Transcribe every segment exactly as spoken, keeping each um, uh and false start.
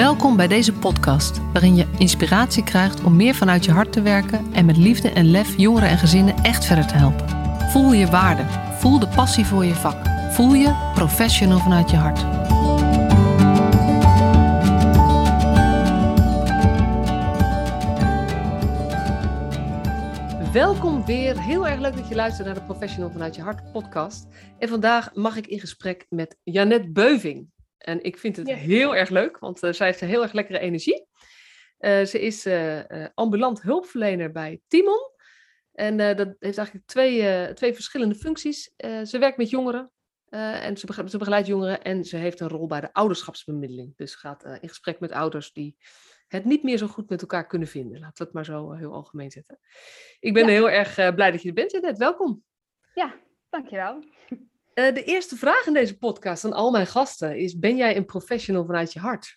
Welkom bij deze podcast, waarin je inspiratie krijgt om meer vanuit je hart te werken en met liefde en lef jongeren en gezinnen echt verder te helpen. Voel je waarde, voel de passie voor je vak, voel je professional vanuit je hart. Welkom weer, heel erg leuk dat je luistert naar de Professional vanuit je hart podcast. En vandaag mag ik in gesprek met Jeannette Beuving. En ik vind het yes. heel erg leuk, want uh, zij heeft een heel erg lekkere energie. Uh, ze is uh, uh, ambulant hulpverlener bij Timon. En uh, dat heeft eigenlijk twee, uh, twee verschillende functies. Uh, ze werkt met jongeren uh, en ze, bege- ze begeleidt jongeren. En ze heeft een rol bij de ouderschapsbemiddeling. Dus ze gaat uh, in gesprek met ouders die het niet meer zo goed met elkaar kunnen vinden. Laten we het maar zo uh, heel algemeen zetten. Ik ben ja. heel erg uh, blij dat je er bent, Jeannette. Welkom. Ja, dankjewel. Uh, de eerste vraag in deze podcast aan al mijn gasten is: ben jij een professional vanuit je hart?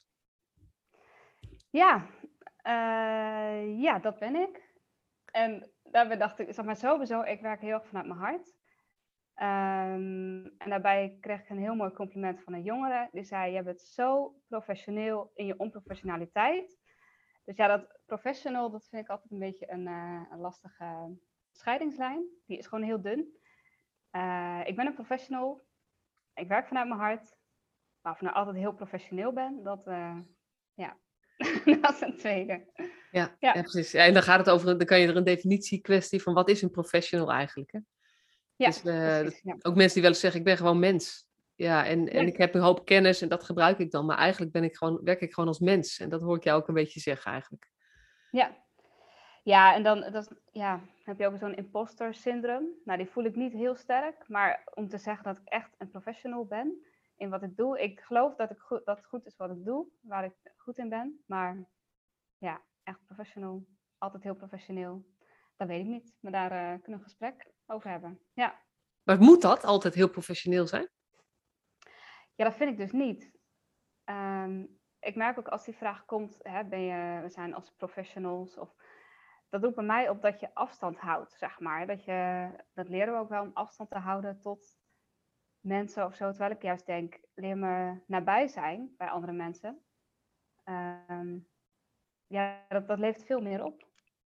Ja, uh, ja, dat ben ik. En daarbij dacht ik, zeg maar sowieso, ik werk heel erg vanuit mijn hart. Um, en daarbij kreeg ik een heel mooi compliment van een jongere. Die zei, je bent zo professioneel in je onprofessionaliteit. Dus ja, dat professional, dat vind ik altijd een beetje een, uh, een lastige scheidingslijn. Die is gewoon heel dun. Uh, ik ben een professional. Ik werk vanuit mijn hart. Maar of ik nou altijd heel professioneel ben, dat, uh, ja, dat is een tweede. Ja, ja. ja, precies. Ja, en dan gaat het over, dan kan je er een definitiekwestie van wat is een professional eigenlijk, hè? Ja, dus, uh, precies, ja. Ook mensen die wel eens zeggen, ik ben gewoon mens. Ja, en, en ja. ik heb een hoop kennis en dat gebruik ik dan. Maar eigenlijk ben ik gewoon, werk ik gewoon als mens. En dat hoor ik jou ook een beetje zeggen eigenlijk. Ja, ja en dan dat, ja, heb je ook zo'n imposter syndroom. Nou, die voel ik niet heel sterk. Maar om te zeggen dat ik echt een professional ben in wat ik doe. Ik geloof dat, ik goed, dat het goed is wat ik doe, waar ik goed in ben. Maar ja, echt professional. Altijd heel professioneel. Dat weet ik niet. Maar daar uh, kunnen we een gesprek over hebben. Ja. Maar moet dat altijd heel professioneel zijn? Ja, dat vind ik dus niet. Um, ik merk ook als die vraag komt, hè, ben je, we zijn als professionals, of dat doet bij mij op dat je afstand houdt, zeg maar. Dat, je, dat leren we ook wel om afstand te houden tot mensen of zo. Terwijl ik juist denk, leer me nabij zijn bij andere mensen. Um, ja, dat, dat levert veel meer op.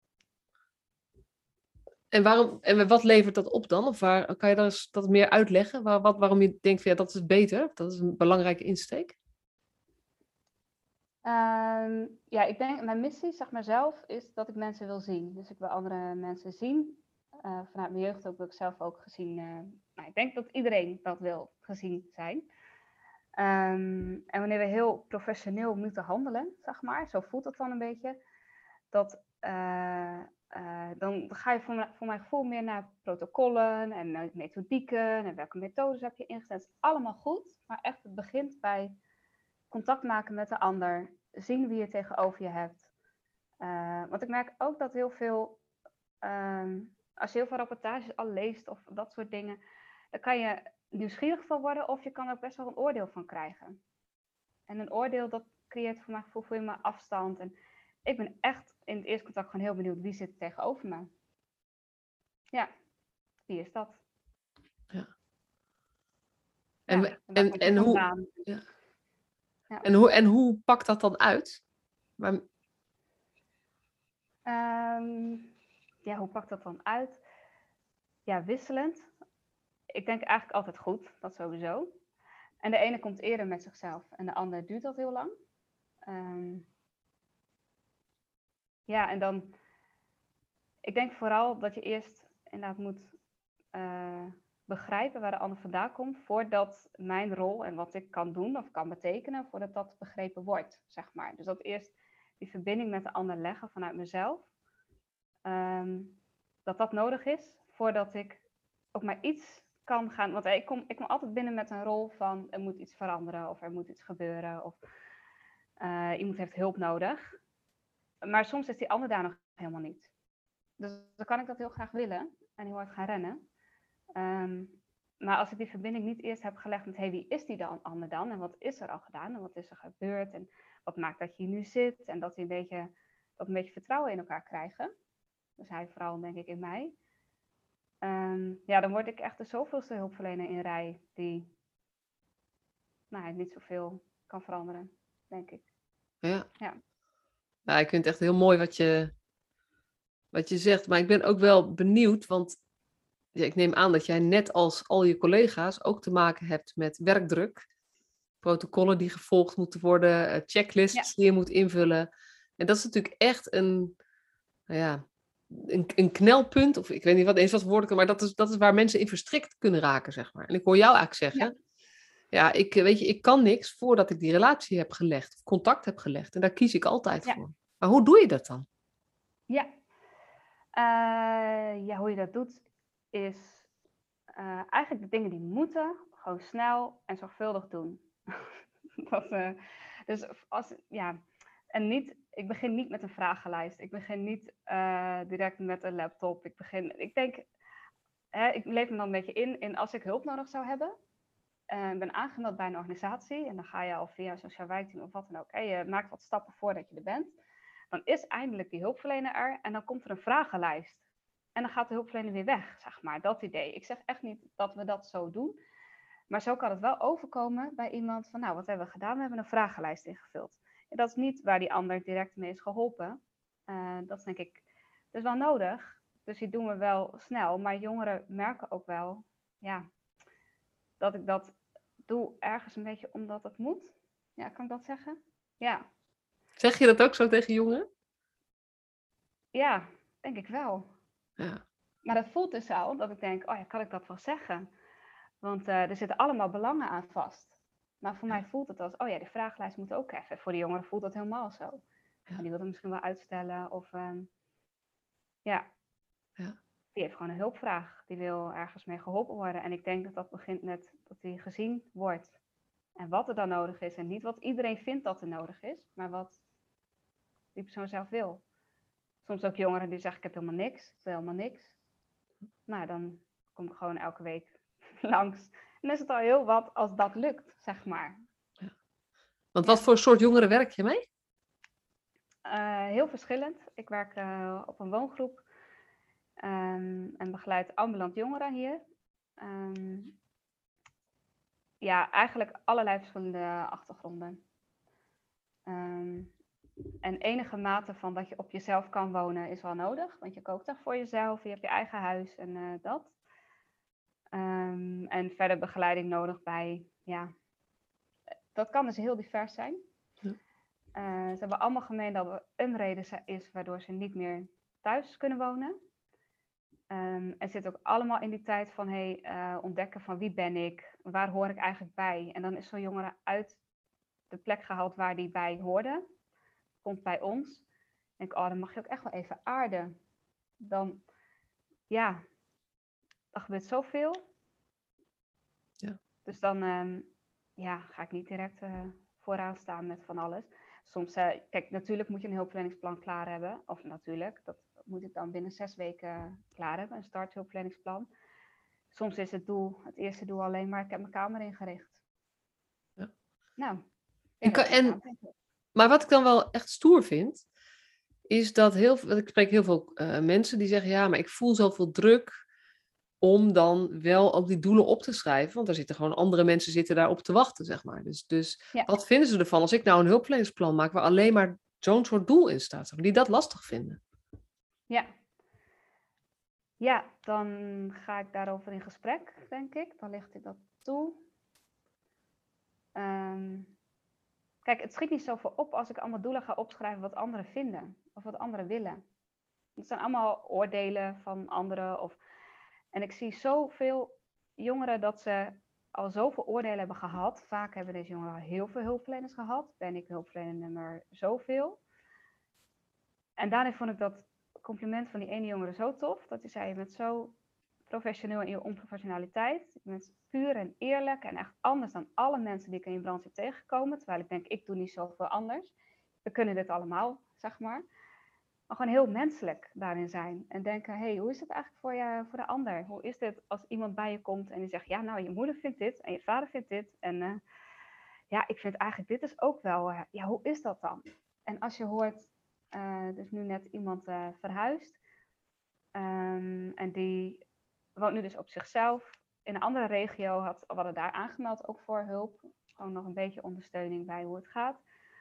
En, waarom, en wat levert dat op dan? Of waar, kan je dat, dat meer uitleggen? Waar, wat, waarom je denkt, van, ja, dat is beter? Dat is een belangrijke insteek? Um, ja, ik denk, mijn missie, zeg maar zelf, is dat ik mensen wil zien. Dus ik wil andere mensen zien. Uh, vanuit mijn jeugd ook, wil ik zelf ook gezien. Uh, nou, ik denk dat iedereen dat wil gezien zijn. Um, en wanneer we heel professioneel moeten handelen, zeg maar, zo voelt het dan een beetje, dat uh, uh, dan ga je voor, voor mijn gevoel meer naar protocollen en methodieken en welke methodes heb je ingezet. Het is allemaal goed, maar echt het begint bij contact maken met de ander, zien wie je tegenover je hebt. Uh, want ik merk ook dat heel veel, um, als je heel veel rapportages al leest of dat soort dingen, dan kan je nieuwsgierig van worden of je kan er best wel een oordeel van krijgen. En een oordeel, dat creëert voor mijn gevoel voor je maar afstand. En ik ben echt in het eerste contact gewoon heel benieuwd, wie zit er tegenover me? Ja, wie is dat? Ja. En, ja, en, en, en, hoe, ja. Ja. en, hoe, en hoe pakt dat dan uit? Maar... Um, ja, hoe pakt dat dan uit? Ja, wisselend. Ik denk eigenlijk altijd goed, dat sowieso. En de ene komt eerder met zichzelf en de ander duurt dat heel lang. Um, ja, en dan... Ik denk vooral dat je eerst inderdaad moet uh, begrijpen waar de ander vandaan komt, voordat mijn rol en wat ik kan doen of kan betekenen, voordat dat begrepen wordt, zeg maar. Dus dat eerst die verbinding met de ander leggen vanuit mezelf, um, dat dat nodig is, voordat ik ook maar iets kan gaan, want ik kom, ik kom altijd binnen met een rol van er moet iets veranderen of er moet iets gebeuren of uh, iemand heeft hulp nodig. Maar soms is die ander daar nog helemaal niet. Dus dan kan ik dat heel graag willen en heel hard gaan rennen. Um, maar als ik die verbinding niet eerst heb gelegd met, hey, wie is die dan, ander dan? En wat is er al gedaan? En wat is er gebeurd? En wat maakt dat je hier nu zit? En dat we een beetje, dat een beetje vertrouwen in elkaar krijgen. Dus hij vooral, denk ik, in mij. Um, ja, dan word ik echt de zoveelste hulpverlener in rij die nou, niet zoveel kan veranderen, denk ik. Ja. Ja. Ja, ik vind het echt heel mooi wat je, wat je zegt. Maar ik ben ook wel benieuwd, want ja, ik neem aan dat jij net als al je collega's ook te maken hebt met werkdruk. Protocollen die gevolgd moeten worden, eh, Ja. checklists die je moet invullen. En dat is natuurlijk echt een, nou ja, een, een knelpunt, of ik weet niet wat eens wat woorden, maar dat is, dat is waar mensen in verstrikt kunnen raken, zeg maar. En ik hoor jou eigenlijk Ja. zeggen, ja, ik, weet je, ik kan niks voordat ik die relatie heb gelegd, of contact heb gelegd. En daar kies ik altijd Ja. voor. Maar hoe doe je dat dan? Ja. Uh, ja, hoe je dat doet is uh, eigenlijk de dingen die moeten, gewoon snel en zorgvuldig doen. dat, uh, dus als, ja, en niet, ik begin niet met een vragenlijst. Ik begin niet uh, direct met een laptop. Ik begin, ik denk, hè, ik leef me dan een beetje in, in als ik hulp nodig zou hebben. Uh, ik ben aangemeld bij een organisatie en dan ga je al via een sociaal wijkteam of wat dan ook. Hè, je maakt wat stappen voordat je er bent. Dan is eindelijk die hulpverlener er en dan komt er een vragenlijst. En dan gaat de hulpverlener weer weg, zeg maar. Dat idee. Ik zeg echt niet dat we dat zo doen. Maar zo kan het wel overkomen bij iemand van, nou, wat hebben we gedaan? We hebben een vragenlijst ingevuld. En dat is niet waar die ander direct mee is geholpen. Uh, dat is denk ik dus wel nodig. Dus die doen we wel snel. Maar jongeren merken ook wel, ja, dat ik dat doe ergens een beetje omdat het moet. Ja, kan ik dat zeggen? Ja. Zeg je dat ook zo tegen jongeren? Ja, denk ik wel. Ja. Maar dat voelt dus al dat ik denk, oh ja, kan ik dat wel zeggen? Want uh, er zitten allemaal belangen aan vast. Maar voor mij voelt het als, oh ja, die vragenlijst moet ook even. Voor de jongeren voelt dat helemaal zo. Ja. Die wil het misschien wel uitstellen of um, ja. ja. Die heeft gewoon een hulpvraag. Die wil ergens mee geholpen worden. En ik denk dat dat begint met dat die gezien wordt. En wat er dan nodig is. En niet wat iedereen vindt dat er nodig is. Maar wat die persoon zelf wil. Soms ook jongeren die zeggen, ik heb helemaal niks. Ik wil helemaal niks. Nou, dan kom ik gewoon elke week langs. En dan is het al heel wat als dat lukt, zeg maar. Ja. Want wat ja. voor soort jongeren werk je mee? Uh, heel verschillend. Ik werk uh, op een woongroep. Um, en begeleid ambulant jongeren hier. Um, ja, eigenlijk allerlei verschillende achtergronden. Um, en enige mate van dat je op jezelf kan wonen is wel nodig. Want je kookt daar voor jezelf, je hebt je eigen huis en uh, dat. Um, en verder begeleiding nodig bij, ja, dat kan dus heel divers zijn. Ja. Uh, ze hebben allemaal gemeen dat er een reden is waardoor ze niet meer thuis kunnen wonen. Um, en zit ook allemaal in die tijd van hey, uh, ontdekken van wie ben ik, waar hoor ik eigenlijk bij. En dan is zo'n jongere uit de plek gehaald waar die bij hoorde, komt bij ons. En ik, oh, dan mag je ook echt wel even aarden. Dan, ja, er gebeurt zoveel. Ja. Dus dan um, ja, ga ik niet direct uh, vooraan staan met van alles. Soms, uh, kijk, natuurlijk moet je een hulpverleningsplan klaar hebben. Of natuurlijk, dat moet ik dan binnen zes weken klaar hebben, een starthulpverleningsplan. Soms is het doel, het eerste doel alleen maar, ik heb mijn kamer ingericht. Ja. Nou, ja, kan, en, maar wat ik dan wel echt stoer vind, is dat heel veel, ik spreek heel veel uh, mensen die zeggen, ja, maar ik voel zoveel druk om dan wel ook die doelen op te schrijven, want er zitten gewoon andere mensen zitten daarop te wachten, zeg maar. Dus, dus ja. Wat vinden ze ervan als ik nou een hulpverleningsplan maak waar alleen maar zo'n soort doel in staat, zeg maar, die dat lastig vinden? Ja. Ja, dan ga ik daarover in gesprek, denk ik. Dan licht ik dat toe. Um, kijk, het schiet niet zoveel op als ik allemaal doelen ga opschrijven wat anderen vinden. Of wat anderen willen. Het zijn allemaal oordelen van anderen. Of... En ik zie zoveel jongeren dat ze al zoveel oordelen hebben gehad. Vaak hebben deze jongeren al heel veel hulpverleners gehad. Ben ik hulpverlener nummer zoveel. En daarin vond ik dat compliment van die ene jongere zo tof. Dat hij zei, je bent zo professioneel in je onprofessionaliteit. Je bent puur en eerlijk en echt anders dan alle mensen die ik in je branche heb tegengekomen. Terwijl ik denk, ik doe niet zoveel anders. We kunnen dit allemaal, zeg maar. Maar gewoon heel menselijk daarin zijn. En denken, hé, hey, hoe is het eigenlijk voor, je, voor de ander? Hoe is dit als iemand bij je komt en die zegt, ja, nou, je moeder vindt dit en je vader vindt dit. En uh, ja, ik vind eigenlijk dit is ook wel, uh, ja, hoe is dat dan? En als je hoort, uh, dus nu net iemand uh, verhuisd. Um, en die woont nu dus op zichzelf. In een andere regio had, we hadden daar aangemeld ook voor hulp. Gewoon nog een beetje ondersteuning bij hoe het gaat.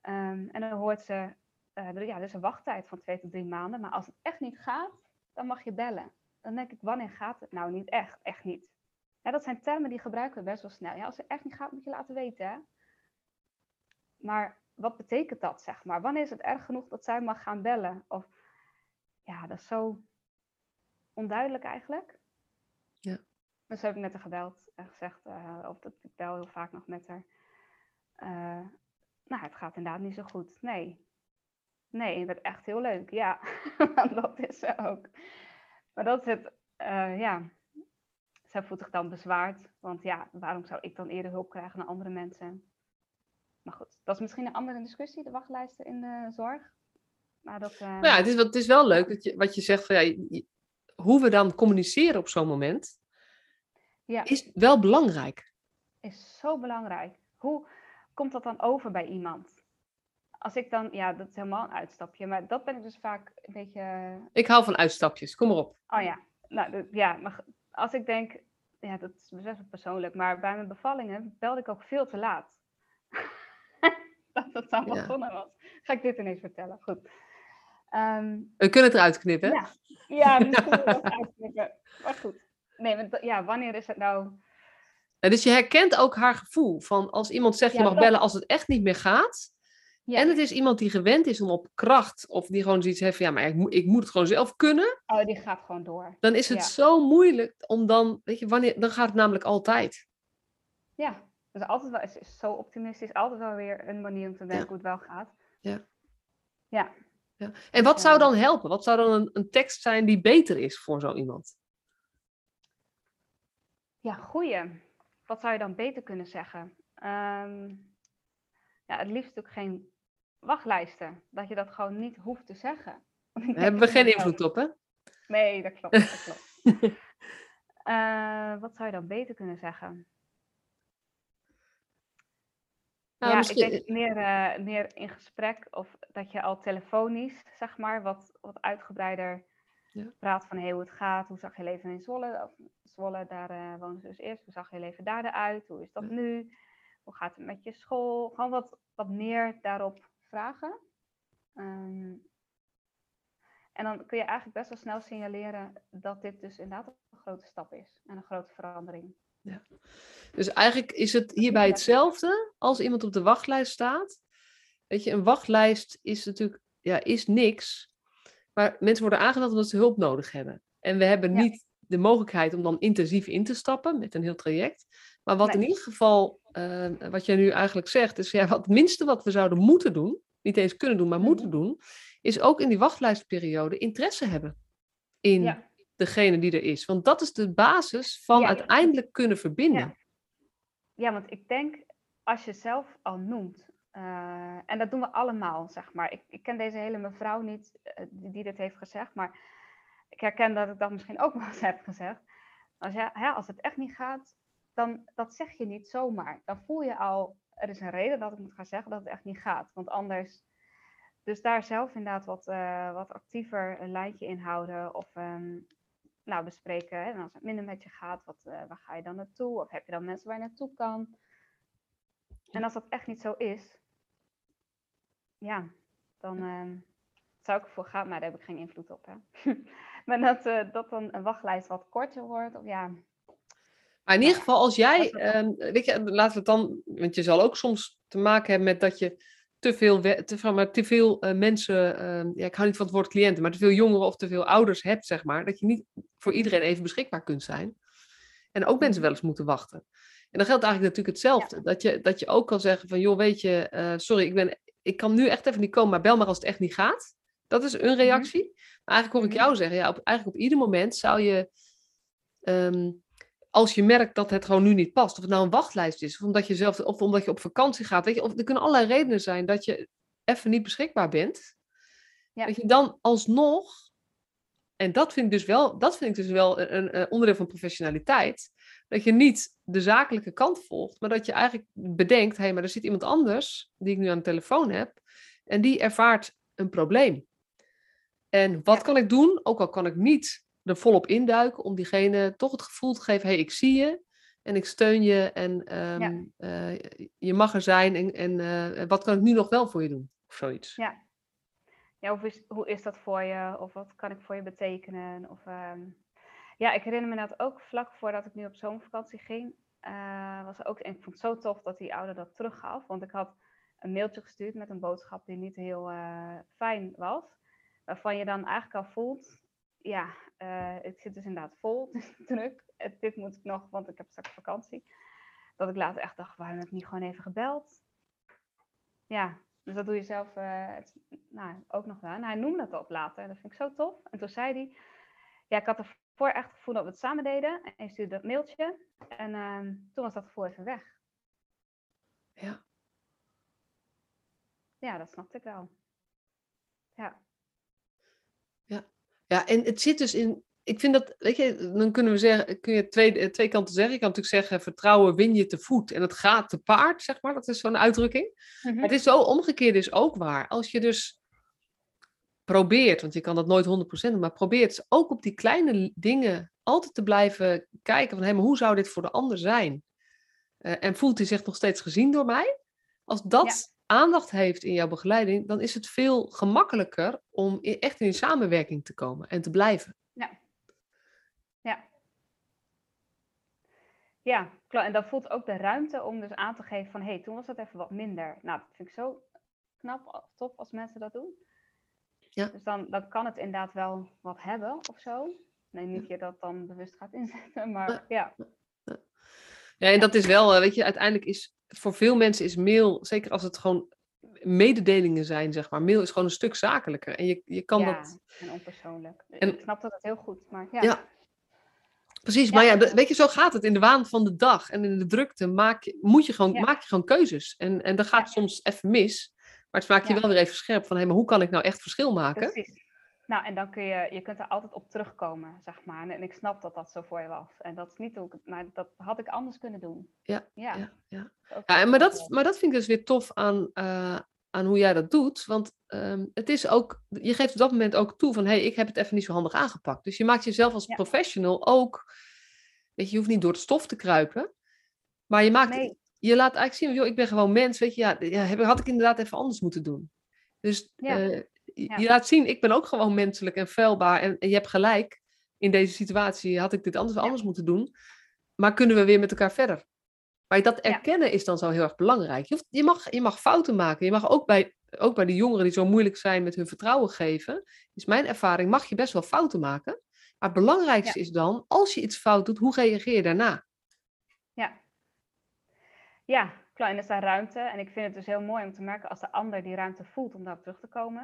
Um, en dan hoort ze, uh, er, ja, er is een wachttijd van twee tot drie maanden. Maar als het echt niet gaat, dan mag je bellen. Dan denk ik, wanneer gaat het nou niet echt? Echt niet. Ja, dat zijn termen die gebruiken we best wel snel. Ja, als het echt niet gaat, moet je laten weten. Hè? Maar wat betekent dat, zeg maar? Wanneer is het erg genoeg dat zij mag gaan bellen? Of, ja, dat is zo onduidelijk eigenlijk. Ja. Dus heb ik met haar gebeld en gezegd, uh, of dat, ik bel heel vaak nog met haar. Uh, nou, het gaat inderdaad niet zo goed. Nee. Nee, het werd echt heel leuk. Ja, dat is ze ook. Maar dat is het, uh, ja. Zij voelt zich dan bezwaard. Want ja, waarom zou ik dan eerder hulp krijgen dan andere mensen? Maar goed, dat is misschien een andere discussie, de wachtlijsten in de zorg. Maar dat, uh, nou ja, het is, het is wel leuk dat je, wat je zegt, van, ja, hoe we dan communiceren op zo'n moment, ja. is wel belangrijk. Is zo belangrijk. Hoe komt dat dan over bij iemand? Als ik dan, ja, dat is helemaal een uitstapje, maar dat ben ik dus vaak een beetje... Ik hou van uitstapjes, kom maar op. Oh ja, nou ja, maar als ik denk, ja, dat is best wel persoonlijk, maar bij mijn bevallingen belde ik ook veel te laat. Dat het dan ja. begonnen was. Ga ik dit ineens vertellen? Goed. Um, we kunnen het eruit knippen. Ja, ja misschien kunnen we het uitknippen. Maar goed. Nee, maar ja, wanneer is het nou... Ja, dus je herkent ook haar gevoel van als iemand zegt, ja, je mag dat... bellen als het echt niet meer gaat. Ja. En het is iemand die gewend is om op kracht, of die gewoon zoiets heeft van, ja, maar ik, moet, ik moet het gewoon zelf kunnen. Oh, die gaat gewoon door. Dan is het ja. zo moeilijk om dan, weet je, wanneer, dan gaat het namelijk altijd. Ja, dus altijd wel, het is zo optimistisch, altijd wel weer een manier om te denken ja. hoe het wel gaat. Ja. Ja. ja. En wat zou dan helpen? Wat zou dan een, een tekst zijn die beter is voor zo iemand? Ja, goeie. Wat zou je dan beter kunnen zeggen? Um, ja, het liefst natuurlijk geen wachtlijsten. Dat je dat gewoon niet hoeft te zeggen. Daar hebben we geen invloed op, hè? Nee, dat klopt. Dat klopt. uh, wat zou je dan beter kunnen zeggen? Nou, ja, misschien... ik denk meer, uh, meer in gesprek of dat je al telefonisch, zeg maar, wat, wat uitgebreider ja. praat van hey, hoe het gaat. Hoe zag je leven in Zwolle? Of Zwolle, daar uh, wonen ze dus eerst. Hoe zag je leven daar eruit? Hoe is dat ja. nu? Hoe gaat het met je school? Gewoon wat, wat meer daarop vragen. Um, en dan kun je eigenlijk best wel snel signaleren dat dit dus inderdaad een grote stap is. En een grote verandering. Ja. Dus eigenlijk is het hierbij hetzelfde als iemand op de wachtlijst staat. Weet je, een wachtlijst is natuurlijk, ja, is niks. Maar mensen worden aangemeld omdat ze hulp nodig hebben. En we hebben ja. niet de mogelijkheid om dan intensief in te stappen met een heel traject. Maar wat nee. in ieder geval, uh, wat jij nu eigenlijk zegt, is ja, wat het minste wat we zouden moeten doen, niet eens kunnen doen, maar mm-hmm. moeten doen, is ook in die wachtlijstperiode interesse hebben in ja. degene die er is. Want dat is de basis van ja. uiteindelijk kunnen verbinden. Ja. ja, want ik denk, als je zelf al noemt, uh, en dat doen we allemaal, zeg maar. Ik, ik ken deze hele mevrouw niet uh, die, die dit heeft gezegd, maar ik herken dat ik dat misschien ook wel eens heb gezegd. Als, ja, ja, als het echt niet gaat, dan dat zeg je niet zomaar. Dan voel je al, er is een reden dat ik moet gaan zeggen dat het echt niet gaat. Want anders, dus daar zelf inderdaad wat, uh, wat actiever een lijntje in houden of um, nou, bespreken. Hè? En als het minder met je gaat, wat, uh, waar ga je dan naartoe? Of heb je dan mensen waar je naartoe kan? En als dat echt niet zo is, ja, dan uh, zou ik ervoor gaan, maar daar heb ik geen invloed op. Hè? Maar dat, uh, dat dan een wachtlijst wat korter wordt, of ja... Maar in ieder geval, als jij, um, weet je, laten we het dan, want je zal ook soms te maken hebben met dat je te veel, te, maar te veel uh, mensen, uh, ja, ik hou niet van het woord cliënten, maar te veel jongeren of te veel ouders hebt, zeg maar, dat je niet voor iedereen even beschikbaar kunt zijn. En ook mensen wel eens moeten wachten. En dan geldt eigenlijk natuurlijk hetzelfde. Ja. Dat, je, dat je ook kan zeggen van, joh, weet je, uh, sorry, ik, ben, ik kan nu echt even niet komen, maar bel maar als het echt niet gaat. Dat is een reactie. Mm-hmm. Maar eigenlijk hoor ik jou zeggen, ja, op, eigenlijk op ieder moment zou je... Um, als je merkt dat het gewoon nu niet past, of het nou een wachtlijst is, of omdat je, zelf, of omdat je op vakantie gaat, weet je, of er kunnen allerlei redenen zijn dat je even niet beschikbaar bent, ja. dat je dan alsnog, en dat vind ik dus wel, dat vind ik dus wel een, een onderdeel van professionaliteit, dat je niet de zakelijke kant volgt, maar dat je eigenlijk bedenkt, hé, hey, maar er zit iemand anders, die ik nu aan de telefoon heb, en die ervaart een probleem. En wat ja. kan ik doen, ook al kan ik niet er volop induiken om diegene toch het gevoel te geven, hé, hey, ik zie je En ik steun je en Ja, ehm, eh, je mag er zijn. En, en eh, wat kan ik nu nog wel voor je doen? Of zoiets. ja. Ja, of is, hoe is dat voor je? Of wat kan ik voor je betekenen? Of, ehm, ja, ik herinner me dat ook vlak voordat ik nu op zomervakantie ging. eh, was er ook, en ik vond het zo tof dat die ouder dat teruggaf. Want ik had een mailtje gestuurd met een boodschap die niet heel eh, fijn was. Waarvan je dan eigenlijk al voelt, ja, eh, het zit dus inderdaad vol, het is druk. Het, dit moet ik nog, want ik heb straks vakantie. Dat ik later echt dacht, waarom heb ik niet gewoon even gebeld? Ja, dus dat doe je zelf eh, het, nou, ook nog wel. En hij noemde dat op later. Dat vind ik zo tof. En toen zei hij, ja, ik had ervoor echt het gevoel dat we het samen deden. En je stuurde dat mailtje. En ehm, toen was dat gevoel even weg. Ja. Ja, dat snapte ik wel. Ja. Ja. Ja, en het zit dus in... Ik vind dat, weet je, dan kunnen we zeggen, kun je twee, twee kanten zeggen. Je kan natuurlijk zeggen, vertrouwen win je te voet en het gaat te paard, zeg maar. Dat is zo'n uitdrukking. Mm-hmm. Maar het is zo, omgekeerd is ook waar. Als je dus probeert, want je kan dat nooit honderd procent doen, maar probeert ook op die kleine dingen altijd te blijven kijken van, hé, maar hoe zou dit voor de ander zijn? Uh, en voelt hij zich nog steeds gezien door mij? Als dat ja. aandacht heeft in jouw begeleiding, dan is het veel gemakkelijker om in, echt in samenwerking te komen en te blijven. Ja. Ja. Ja, klopt. En dat voelt ook de ruimte om dus aan te geven van, hé, hey, toen was dat even wat minder. Nou, dat vind ik zo knap, tof als mensen dat doen. Ja. Dus dan, dan kan het inderdaad wel wat hebben of zo. Nee, niet dat je dat dan bewust gaat inzetten, maar ja. Ja, ja en dat is wel, weet je, uiteindelijk is voor veel mensen is mail, zeker als het gewoon mededelingen zijn, zeg maar. Mail is gewoon een stuk zakelijker. En je, je kan ja, dat... en onpersoonlijk. En... Ik snap dat het heel goed, maar ja. Ja. Precies, ja. Maar ja, weet je, zo gaat het in de waan van de dag. En in de drukte maak je, moet je gewoon, ja. maak je gewoon keuzes. En, en dat gaat ja. soms even mis. Maar het maakt je ja. wel weer even scherp van, hé, maar hoe kan ik nou echt verschil maken? Precies. Nou, en dan kun je, je kunt er altijd op terugkomen, zeg maar. En ik snap dat dat zo voor je was. En dat is niet hoe ik, maar dat had ik anders kunnen doen. Ja, ja. ja, ja. ja maar, dat, maar dat vind ik dus weer tof aan, uh, aan hoe jij dat doet. Want um, het is ook, je geeft op dat moment ook toe van, hé, hey, ik heb het even niet zo handig aangepakt. Dus je maakt jezelf als ja. professional ook, weet je, je hoeft niet door het stof te kruipen. Maar je maakt, nee. je laat eigenlijk zien, joh, ik ben gewoon mens, weet je, ja, ja, had ik inderdaad even anders moeten doen. Dus ja. uh, je, je laat zien, ik ben ook gewoon menselijk en feilbaar. En, en je hebt gelijk, in deze situatie had ik dit anders, ja. anders moeten doen. Maar kunnen we weer met elkaar verder? Maar dat erkennen ja. is dan zo heel erg belangrijk. Je, hoeft, je, mag, je mag fouten maken. Je mag ook bij, ook bij de jongeren die zo moeilijk zijn met hun vertrouwen geven, is mijn ervaring, mag je best wel fouten maken. Maar het belangrijkste ja. is dan, als je iets fout doet, hoe reageer je daarna? Ja. Ja, klopt. En er is daar ruimte. En ik vind het dus heel mooi om te merken als de ander die ruimte voelt om daarop terug te komen.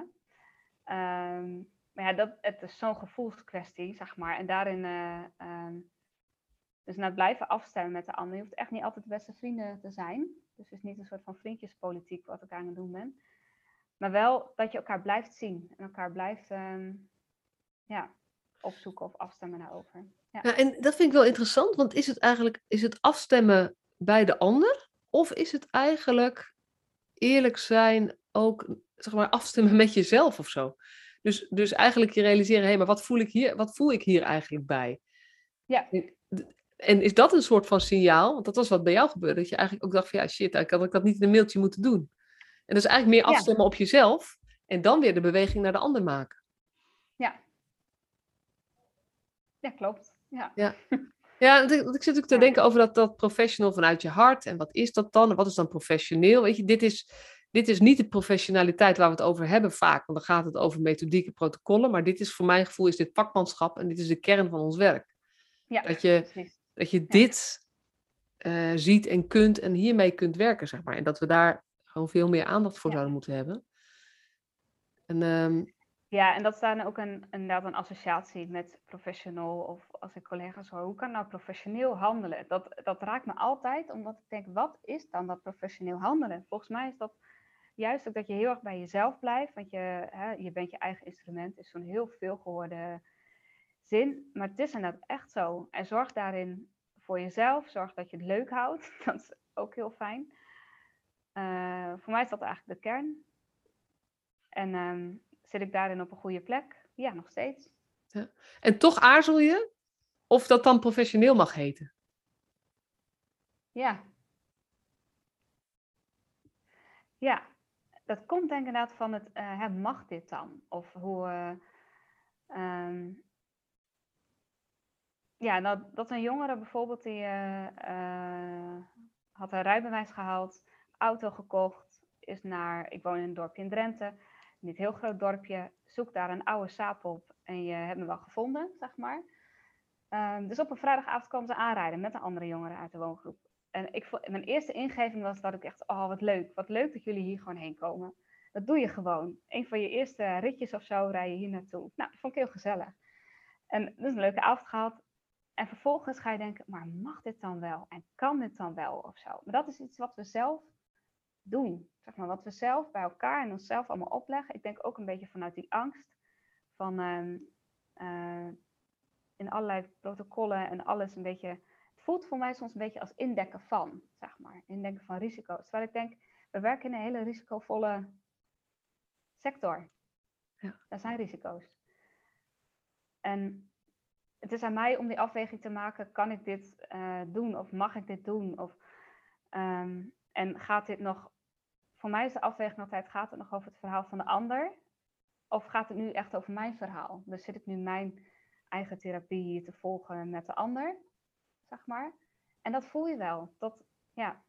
Um, maar ja, dat, het is zo'n gevoelskwestie, zeg maar. En daarin, uh, um, dus na het blijven afstemmen met de ander. Je hoeft echt niet altijd de beste vrienden te zijn. Dus het is niet een soort van vriendjespolitiek wat ik aan het doen ben. Maar wel dat je elkaar blijft zien. En elkaar blijft um, ja, opzoeken of afstemmen daarover. Ja. Ja, en dat vind ik wel interessant. Want is het eigenlijk, is het afstemmen bij de ander? Of is het eigenlijk eerlijk zijn, ook zeg maar afstemmen met jezelf of zo? Dus, dus eigenlijk je realiseren, hé, hey, maar wat voel ik hier, wat voel ik hier eigenlijk bij? Ja. En, en is dat een soort van signaal? Want dat was wat bij jou gebeurde. Dat je eigenlijk ook dacht van, ja shit, ik had ik dat niet in een mailtje moeten doen. En dat is eigenlijk meer afstemmen ja. op jezelf. En dan weer de beweging naar de ander maken. Ja. Ja, klopt. Ja. Ja. Ja, want ik, want ik zit natuurlijk te denken over dat, dat professional vanuit je hart. En wat is dat dan? En wat is dan professioneel? Weet je, dit is, dit is niet de professionaliteit waar we het over hebben vaak. Want dan gaat het over methodieke protocollen. Maar dit is voor mijn gevoel is dit vakmanschap. En dit is de kern van ons werk. Ja, dat je, dat je dit uh, ziet en kunt en hiermee kunt werken, zeg maar. En dat we daar gewoon veel meer aandacht voor ja. zouden moeten hebben. En... Um, Ja, en dat is dan ook een, inderdaad een associatie met professional of als ik collega's hoor, hoe kan nou professioneel handelen? Dat, dat raakt me altijd, omdat ik denk, wat is dan dat professioneel handelen? Volgens mij is dat juist ook dat je heel erg bij jezelf blijft, want je, hè, je bent je eigen instrument, is zo'n heel veel gehoorde zin, maar het is inderdaad echt zo. En zorg daarin voor jezelf, zorg dat je het leuk houdt, dat is ook heel fijn. Uh, voor mij is dat eigenlijk de kern. En... Um, Zit ik daarin op een goede plek? Ja, nog steeds. Ja. En toch aarzel je of dat dan professioneel mag heten? Ja. Ja, dat komt denk ik inderdaad van het, uh, hè, mag dit dan? Of hoe... Uh, um, ja, nou, dat een jongere bijvoorbeeld, die uh, uh, had een rijbewijs gehaald, auto gekocht, is naar, ik woon in een dorpje in Drenthe, niet een heel groot dorpje, zoek daar een oude saap op en je hebt me wel gevonden, zeg maar. Um, dus op een vrijdagavond kwam ze aanrijden met een andere jongere uit de woongroep. En ik, mijn eerste ingeving was dat ik echt, oh wat leuk, wat leuk dat jullie hier gewoon heen komen. Dat doe je gewoon. Een van je eerste ritjes of zo rij je hier naartoe. Nou, dat vond ik heel gezellig. En dus een leuke avond gehad. En vervolgens ga je denken, maar mag dit dan wel? En kan dit dan wel of zo? Maar dat is iets wat we zelf doen. Zeg maar, wat we zelf bij elkaar en onszelf allemaal opleggen. Ik denk ook een beetje vanuit die angst. Van uh, uh, in allerlei protocollen en alles een beetje... Het voelt voor mij soms een beetje als indekken van, zeg maar. Indekken van risico's. Terwijl ik denk, we werken in een hele risicovolle sector. Ja. Daar zijn risico's. En het is aan mij om die afweging te maken. Kan ik dit uh, doen? Of mag ik dit doen? Of, um, en gaat dit nog... Voor mij is de afweging altijd, gaat het nog over het verhaal van de ander? Of gaat het nu echt over mijn verhaal? Dus zit ik nu mijn eigen therapie hier te volgen met de ander? Zeg maar. En dat voel je wel. Dat, ja.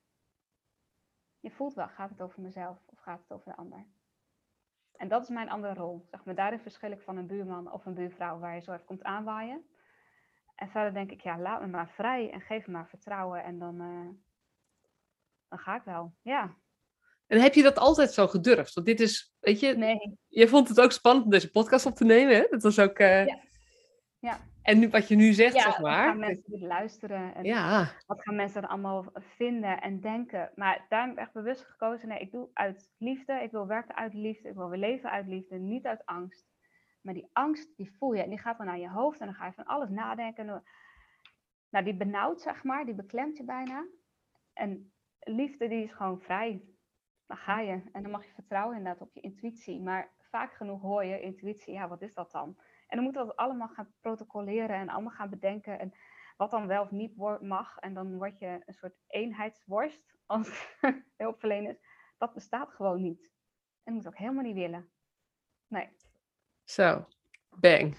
Je voelt wel, gaat het over mezelf? Of gaat het over de ander? En dat is mijn andere rol. Zeg maar, daarin verschil ik van een buurman of een buurvrouw waar je zo even komt aanwaaien. En verder denk ik, ja, laat me maar vrij en geef me maar vertrouwen en dan, uh, dan ga ik wel. Ja. En heb je dat altijd zo gedurfd? Want dit is, weet je, nee. Je vond het ook spannend om deze podcast op te nemen, hè? Dat was ook... Uh... Ja. Ja. En nu, wat je nu zegt, ja, zeg maar. Wat gaan mensen dit luisteren? En ja. Wat gaan mensen er allemaal vinden en denken? Maar daar heb ik echt bewust gekozen. Nee, ik doe uit liefde. Ik wil werken uit liefde. Ik wil weer leven uit liefde. Niet uit angst. Maar die angst, die voel je. En die gaat dan naar je hoofd. En dan ga je van alles nadenken. Nou, die benauwd, zeg maar. Die beklemt je bijna. En liefde, die is gewoon vrij. Dan ga je. En dan mag je vertrouwen inderdaad op je intuïtie. Maar vaak genoeg hoor je intuïtie. Ja, wat is dat dan? En dan moeten we dat allemaal gaan protocoleren. En allemaal gaan bedenken. En wat dan wel of niet mag. En dan word je een soort eenheidsworst als hulpverlener is. Dat bestaat gewoon niet. En dat moet ook helemaal niet willen. Nee. Zo, bang.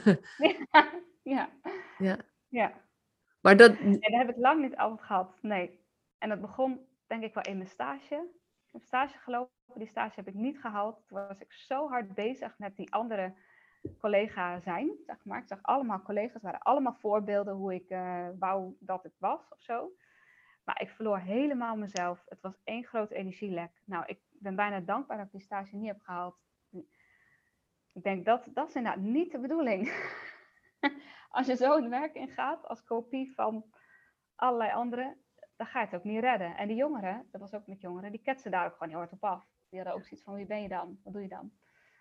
ja. ja. Ja. Maar dat... En dat heb ik lang niet altijd gehad. Nee. En dat begon denk ik wel in mijn stage. Ik heb stage gelopen. Die stage heb ik niet gehaald. Toen was ik zo hard bezig met die andere collega zijn, zeg maar. Ik zag allemaal collega's, waren allemaal voorbeelden hoe ik uh, wou dat het was of zo. Maar ik verloor helemaal mezelf. Het was één groot energielek. Nou, ik ben bijna dankbaar dat ik die stage niet heb gehaald. Ik denk, dat, dat is inderdaad niet de bedoeling. Als je zo het werk ingaat, als kopie van allerlei anderen, dan ga je het ook niet redden. En die jongeren, dat was ook met jongeren, die ketsen daar ook gewoon heel hard op af. Die hadden ook zoiets van, wie ben je dan? Wat doe je dan?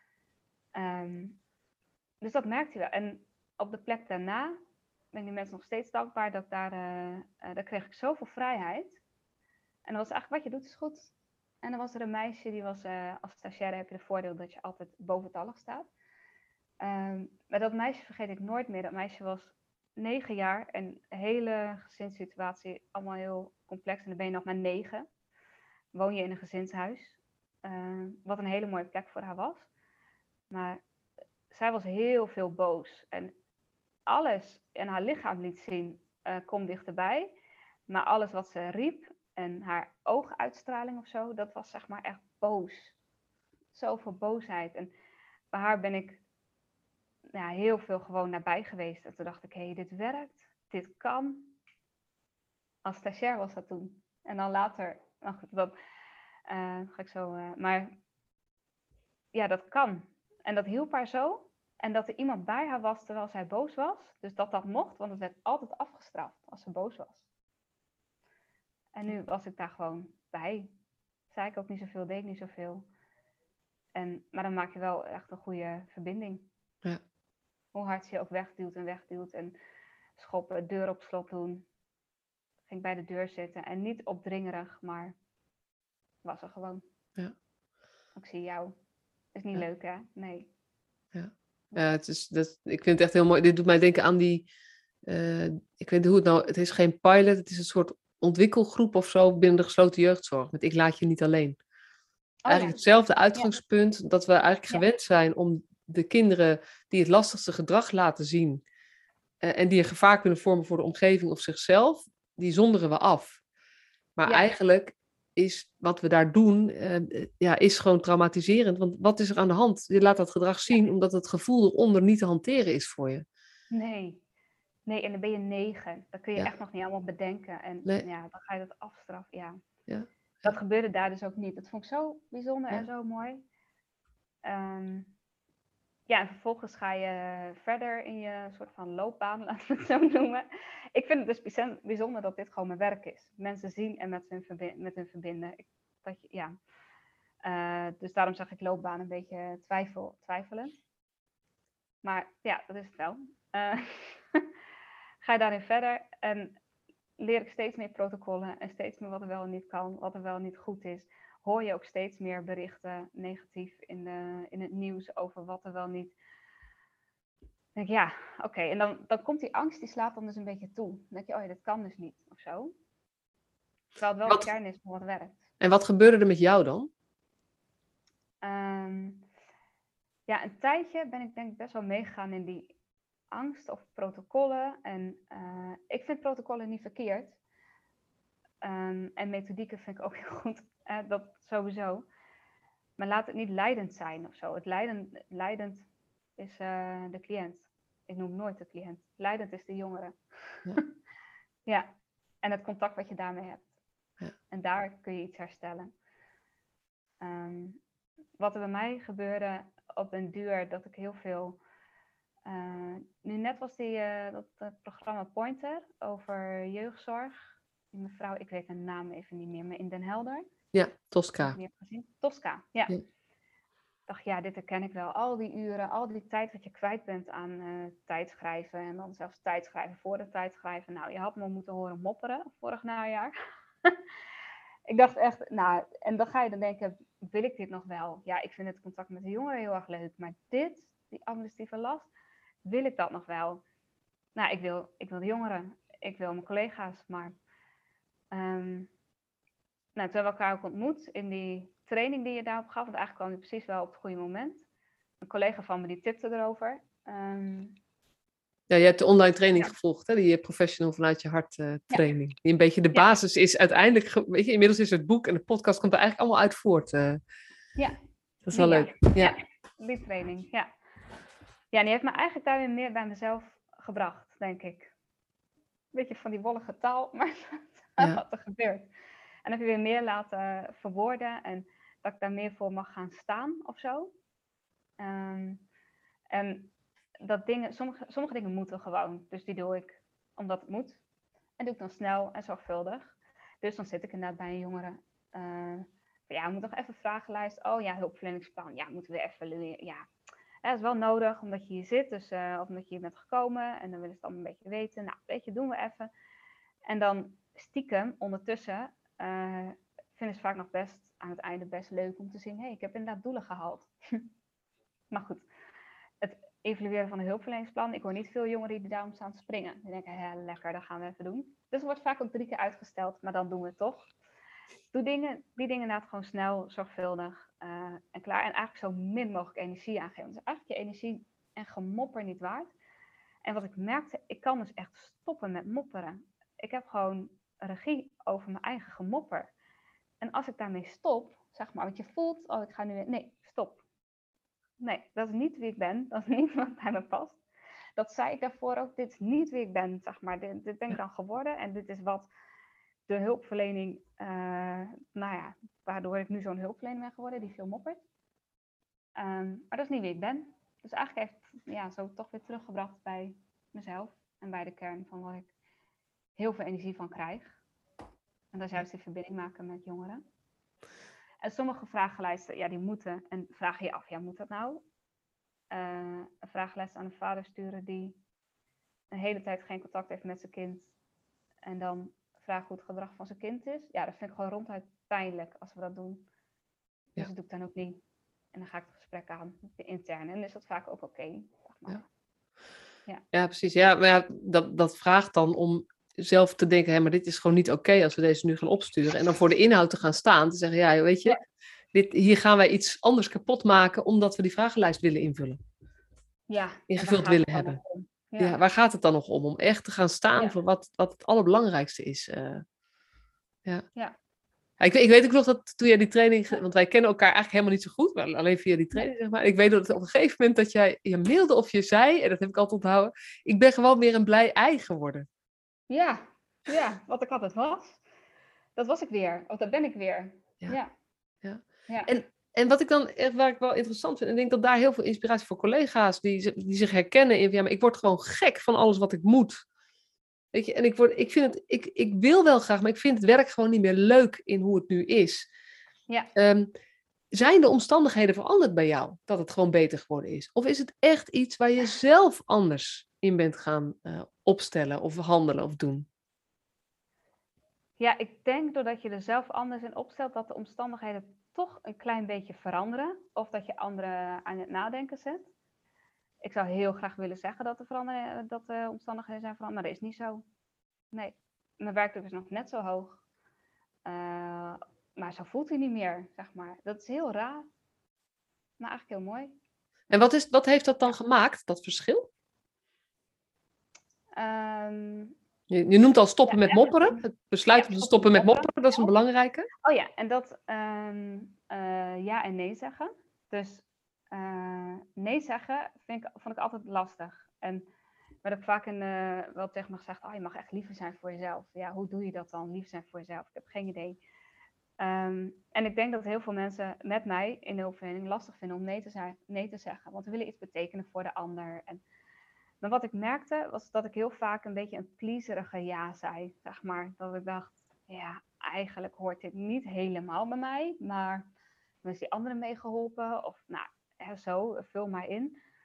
Um, Dus dat merkte je wel. En op de plek daarna ben ik die mensen nog steeds dankbaar. Dat daar, uh, uh, daar kreeg ik zoveel vrijheid. En dat was eigenlijk, wat je doet is goed. En dan was er een meisje, die was, uh, als stagiaire heb je het voordeel dat je altijd boventallig staat. Um, maar dat meisje vergeet ik nooit meer. Dat meisje was negen jaar en de hele gezinssituatie allemaal heel complex. En dan ben je nog maar negen. Woon je in een gezinshuis. Uh, wat een hele mooie plek voor haar was. Maar zij was heel veel boos. En alles in haar lichaam liet zien, uh, kom dichterbij. Maar alles wat ze riep en haar ooguitstraling of zo, dat was zeg maar echt boos. Zoveel boosheid. En bij haar ben ik ja, heel veel gewoon nabij geweest. En toen dacht ik, hé, hey, dit werkt. Dit kan. Als stagiair was dat toen. En dan later, nou goed, dat uh, ga ik zo... Uh, maar ja, dat kan. En dat hielp haar zo. En dat er iemand bij haar was terwijl zij boos was. Dus dat dat mocht, want het werd altijd afgestraft als ze boos was. En nu was ik daar gewoon bij. Zei ik ook niet zoveel, deed ik niet zoveel. En, maar dan maak je wel echt een goede verbinding. Ja. Hoe hard ze je ook wegduwt en wegduwt. En schoppen, deur op slot doen. Ging bij de deur zitten. En niet opdringerig, maar was er gewoon. Ja. Ik zie jou. Is niet ja. leuk, hè? Nee. Ja. Ja, het is, dat, ik vind het echt heel mooi. Dit doet mij denken aan die... Uh, ik weet niet hoe het nou... Het is geen pilot, het is een soort ontwikkelgroep of zo binnen de gesloten jeugdzorg. Met ik laat je niet alleen. Oh ja. Eigenlijk hetzelfde Ja. uitgangspunt. Dat we eigenlijk Ja. gewend zijn om de kinderen die het lastigste gedrag laten zien. Uh, en die een gevaar kunnen vormen voor de omgeving of zichzelf. Die zonderen we af. Maar Ja. eigenlijk is wat we daar doen, uh, ja, is gewoon traumatiserend. Want wat is er aan de hand? Je laat dat gedrag zien Ja. omdat het gevoel eronder niet te hanteren is voor je. Nee. Nee, en dan ben je negen. Dat kun je Ja. echt nog niet allemaal bedenken. En Nee. ja, dan ga je dat afstraffen. Ja. Ja. Dat Ja. gebeurde daar dus ook niet. Dat vond ik zo bijzonder Ja. en zo mooi. Um, ja, en vervolgens ga je verder in je soort van loopbaan, laten we het zo noemen. Ik vind het dus bijzonder dat dit gewoon mijn werk is. Mensen zien en met hun, verbi- met hun verbinden. Ik, dat je, ja. Uh, dus daarom zeg ik loopbaan een beetje twijfel, twijfelend. Maar ja, dat is het wel. Uh, ga je daarin verder en leer ik steeds meer protocollen en steeds meer wat er wel en niet kan, wat er wel en niet goed is. Hoor je ook steeds meer berichten negatief in, de, in het nieuws over wat er wel niet. Dan denk ik, ja, oké. Okay. En dan, dan komt die angst, die slaat dan dus een beetje toe. Dan denk je, oh ja, dit kan dus niet, of zo. Terwijl het wel Wat, de kern is van wat werkt. En wat gebeurde er met jou dan? Um, ja, een tijdje ben ik denk ik best wel meegegaan in die angst of protocollen. En uh, ik vind protocollen niet verkeerd. Um, en methodieken vind ik ook heel goed. Uh, dat sowieso. Maar laat het niet leidend zijn of zo. Het leidend, leidend is uh, de cliënt. Ik noem nooit de cliënt. Leidend is de jongere. Ja. Ja. En het contact wat je daarmee hebt. Ja. En daar kun je iets herstellen. Um, wat er bij mij gebeurde op den duur, dat ik heel veel... Uh, nu net was die, uh, dat uh, programma Pointer over jeugdzorg. Die mevrouw, ik weet haar naam even niet meer, maar in Den Helder. Ja, Tosca. Tosca, ja. ja. Ik dacht, ja, dit herken ik wel. Al die uren, al die tijd wat je kwijt bent aan uh, tijdschrijven. En dan zelfs tijdschrijven voor de tijdschrijven. Nou, je had me moeten horen mopperen vorig najaar. Ik dacht echt, nou, en dan ga je dan denken, wil ik dit nog wel? Ja, ik vind het contact met de jongeren heel erg leuk. Maar dit, die administratieve last, wil ik dat nog wel? Nou, ik wil, ik wil de jongeren. Ik wil mijn collega's, maar... Um, nou, toen hebben we elkaar ook ontmoet in die training die je daarop gaf. Want eigenlijk kwam die precies wel op het goede moment. Een collega van me die tipte erover. Um, ja, je hebt de online training ja. gevolgd, hè? Die Professional vanuit je hart uh, training. Ja. Die een beetje de basis ja. is uiteindelijk... Weet je, inmiddels is het boek en de podcast komt er eigenlijk allemaal uit voort. Uh. Ja. Dat is wel die, leuk. Ja. Ja. ja, die training, ja. Ja, die heeft me eigenlijk daar weer meer bij mezelf gebracht, denk ik. Een beetje van die wollige taal, maar ja. wat er gebeurt. En heb je weer meer laten verwoorden en dat ik daar meer voor mag gaan staan of zo. Um, en dat dingen, sommige, sommige dingen moeten gewoon, dus die doe ik omdat het moet. En doe ik dan snel en zorgvuldig. Dus dan zit ik inderdaad bij een jongere. Uh, ja, we moeten nog even vragenlijst. Oh ja, hulpverleningsplan. Ja, moeten we evalueren. Ja, dat is wel nodig omdat je hier zit. Dus, uh, of omdat je hier bent gekomen. En dan willen ze het allemaal een beetje weten. Nou, weet je, doen we even. En dan stiekem ondertussen uh, vinden ze vaak nog best aan het einde best leuk om te zien. Hé, hey, ik heb inderdaad doelen gehaald. Maar goed, het evalueren van een hulpverleningsplan. Ik hoor niet veel jongeren die daarom staan te springen. Die denken, ja, lekker, dat gaan we even doen. Dus het wordt vaak ook drie keer uitgesteld, maar dan doen we het toch. Doe dingen, die dingen inderdaad gewoon snel, zorgvuldig uh, en klaar. En eigenlijk zo min mogelijk energie aangeven. Dus eigenlijk je energie en gemopper niet waard. En wat ik merkte, ik kan dus echt stoppen met mopperen. Ik heb gewoon regie over mijn eigen gemopper. En als ik daarmee stop, zeg maar, want je voelt, oh, ik ga nu... Nee, stop. Nee, dat is niet wie ik ben. Dat is niet wat bij me past. Dat zei ik daarvoor ook. Dit is niet wie ik ben, zeg maar. Dit, dit ben ik dan geworden. En dit is wat de hulpverlening... Uh, nou ja, waardoor ik nu zo'n hulpverlener ben geworden, die veel moppert. Um, maar dat is niet wie ik ben. Dus eigenlijk heeft het ja, zo toch weer teruggebracht bij mezelf. En bij de kern van waar ik heel veel energie van krijg. En dat is juist die verbinding maken met jongeren. En sommige vragenlijsten, ja, die moeten. En vraag je je af, ja, moet dat nou? Uh, een vragenlijst aan een vader sturen die een hele tijd geen contact heeft met zijn kind. En dan vragen hoe het gedrag van zijn kind is. Ja, dat vind ik gewoon ronduit pijnlijk als we dat doen. Dus ja. Dat doe ik dan ook niet. En dan ga ik het gesprek aan met de interne. En dan is dat vaak ook oké. Okay, zeg maar. Ja. Ja. Ja, precies. Ja, maar ja, dat, dat vraagt dan om zelf te denken, hé, maar dit is gewoon niet oké als we deze nu gaan opsturen. En dan voor de inhoud te gaan staan, te zeggen, ja, weet je, Ja. dit, hier gaan wij iets anders kapot maken, omdat we die vragenlijst willen invullen. Ja, Ingevuld willen hebben. Ja. ja, waar gaat het dan nog om? Om echt te gaan staan ja. voor wat, wat het allerbelangrijkste is. Uh, ja. ja. Ik, ik weet ook nog dat toen jij die training... Want wij kennen elkaar eigenlijk helemaal niet zo goed. Maar alleen via die training, zeg maar. Ik weet dat op een gegeven moment dat jij je mailde of je zei... En dat heb ik altijd onthouden. Ik ben gewoon weer een blij ei geworden. Ja, ja, wat ik altijd was. Dat was ik weer. Of dat ben ik weer. Ja. ja. ja. ja. En, en wat ik dan echt, waar ik wel interessant vind... En ik denk dat daar heel veel inspiratie voor collega's... Die, die zich herkennen in... Ja, maar ik word gewoon gek van alles wat ik moet... Weet je, en ik, word, ik, vind het, ik, ik wil wel graag, maar ik vind het werk gewoon niet meer leuk in hoe het nu is. Ja. Um, zijn de omstandigheden veranderd bij jou, dat het gewoon beter geworden is? Of is het echt iets waar je zelf anders in bent gaan uh, opstellen of handelen of doen? Ja, ik denk doordat je er zelf anders in opstelt, dat de omstandigheden toch een klein beetje veranderen. Of dat je anderen aan het nadenken zet. Ik zou heel graag willen zeggen dat de, verander- dat de omstandigheden zijn veranderd, maar dat is niet zo. Nee, mijn werkdruk is nog net zo hoog. Uh, maar zo voelt hij niet meer, zeg maar. Dat is heel raar, maar eigenlijk heel mooi. En wat, is, wat heeft dat dan gemaakt, dat verschil? Um, je, je noemt al stoppen ja, met mopperen. Het besluit om ja, te stoppen met mopperen, mopperen, dat is een belangrijke. Oh ja, en dat um, uh, ja en nee zeggen. Dus uh, nee zeggen vind ik, vond ik altijd lastig. En werd ook vaak in, uh, wel tegen me gezegd, oh, je mag echt liever zijn voor jezelf. Ja, hoe doe je dat dan? Lief zijn voor jezelf? Ik heb geen idee. Um, en ik denk dat heel veel mensen met mij in de hulpverlening lastig vinden om nee te, zijn, nee te zeggen. Want we willen iets betekenen voor de ander. En, maar wat ik merkte, was dat ik heel vaak een beetje een pleaserige ja zei. Zeg maar. Dat ik dacht, ja, eigenlijk hoort dit niet helemaal bij mij. Maar is die anderen mee geholpen? Of nou, zo, vul maar in.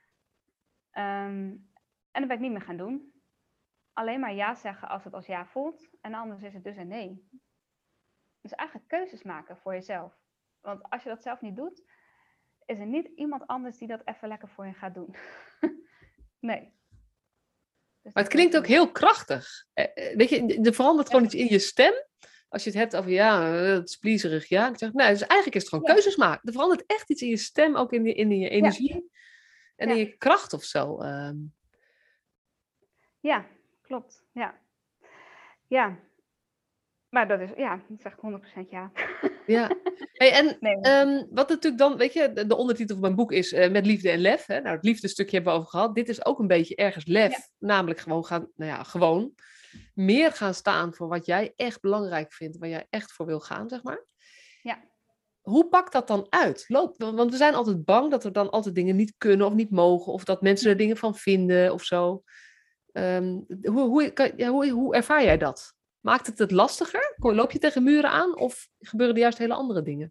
Um, en dat ben ik niet meer gaan doen. Alleen maar ja zeggen als het als ja voelt. En anders is het dus een nee. Dus eigenlijk keuzes maken voor jezelf. Want als je dat zelf niet doet, is er niet iemand anders die dat even lekker voor je gaat doen. Nee. Dus maar het klinkt ook heel krachtig. Weet je, er verandert gewoon iets in je stem. Als je het hebt over, ja, het is pleaserig, ja. Ik zeg, nee, dus eigenlijk is het gewoon ja. keuzes maken. Er verandert echt iets in je stem, ook in, die, in je energie. Ja. En ja. in je kracht of zo. Um. Ja, klopt. Ja. Ja. Maar dat is, ja, dat zeg ik honderd procent ja. Ja. Hey, en nee. um, wat natuurlijk dan, weet je, de, de ondertitel van mijn boek is uh, Met liefde en lef. Hè? Nou, het liefdestukje hebben we over gehad. Dit is ook een beetje ergens lef. Ja. Namelijk gewoon gaan, nou ja, gewoon meer gaan staan voor wat jij echt belangrijk vindt. Waar jij echt voor wil gaan, zeg maar. Ja. Hoe pakt dat dan uit? Loop, want we zijn altijd bang dat er dan altijd dingen niet kunnen of niet mogen. Of dat mensen er dingen van vinden of zo. Um, hoe, hoe, kan, ja, hoe, hoe ervaar jij dat? Maakt het het lastiger? Loop je tegen muren aan of gebeuren er juist hele andere dingen?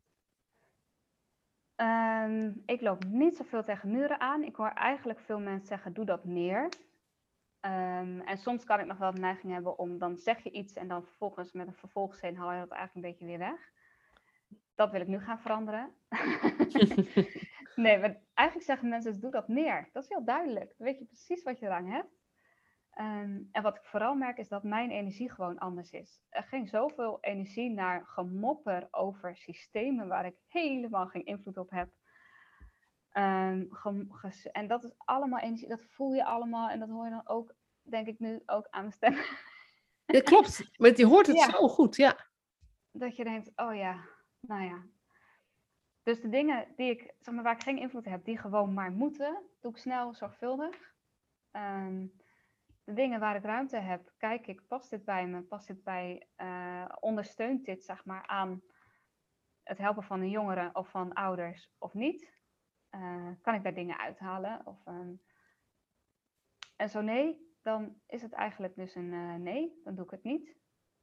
Um, ik loop niet zoveel tegen muren aan. Ik hoor eigenlijk veel mensen zeggen, doe dat meer. Um, en soms kan ik nog wel de neiging hebben om, dan zeg je iets en dan vervolgens met een vervolgzin haal je dat eigenlijk een beetje weer weg. Dat wil ik nu gaan veranderen. Nee, maar eigenlijk zeggen mensen, dus doe dat meer. Dat is heel duidelijk. Dan weet je precies wat je eraan hebt. Um, en wat ik vooral merk is dat mijn energie gewoon anders is. Er ging zoveel energie naar gemopper over systemen waar ik helemaal geen invloed op heb. Um, gem, ges, en dat is allemaal energie, dat voel je allemaal en dat hoor je dan ook, denk ik nu, ook aan mijn stem. Ja, klopt, maar je hoort het ja. zo goed, ja. Dat je denkt, oh ja, nou ja. Dus de dingen die ik, zeg maar, waar ik geen invloed heb, die gewoon maar moeten, doe ik snel, zorgvuldig. Um, De dingen waar ik ruimte heb, kijk ik, past dit bij me? Past dit bij, uh, ondersteunt dit zeg maar aan het helpen van een jongere of van ouders of niet? Uh, kan ik daar dingen uithalen? Of, um... En zo nee, dan is het eigenlijk dus een uh, nee, dan doe ik het niet.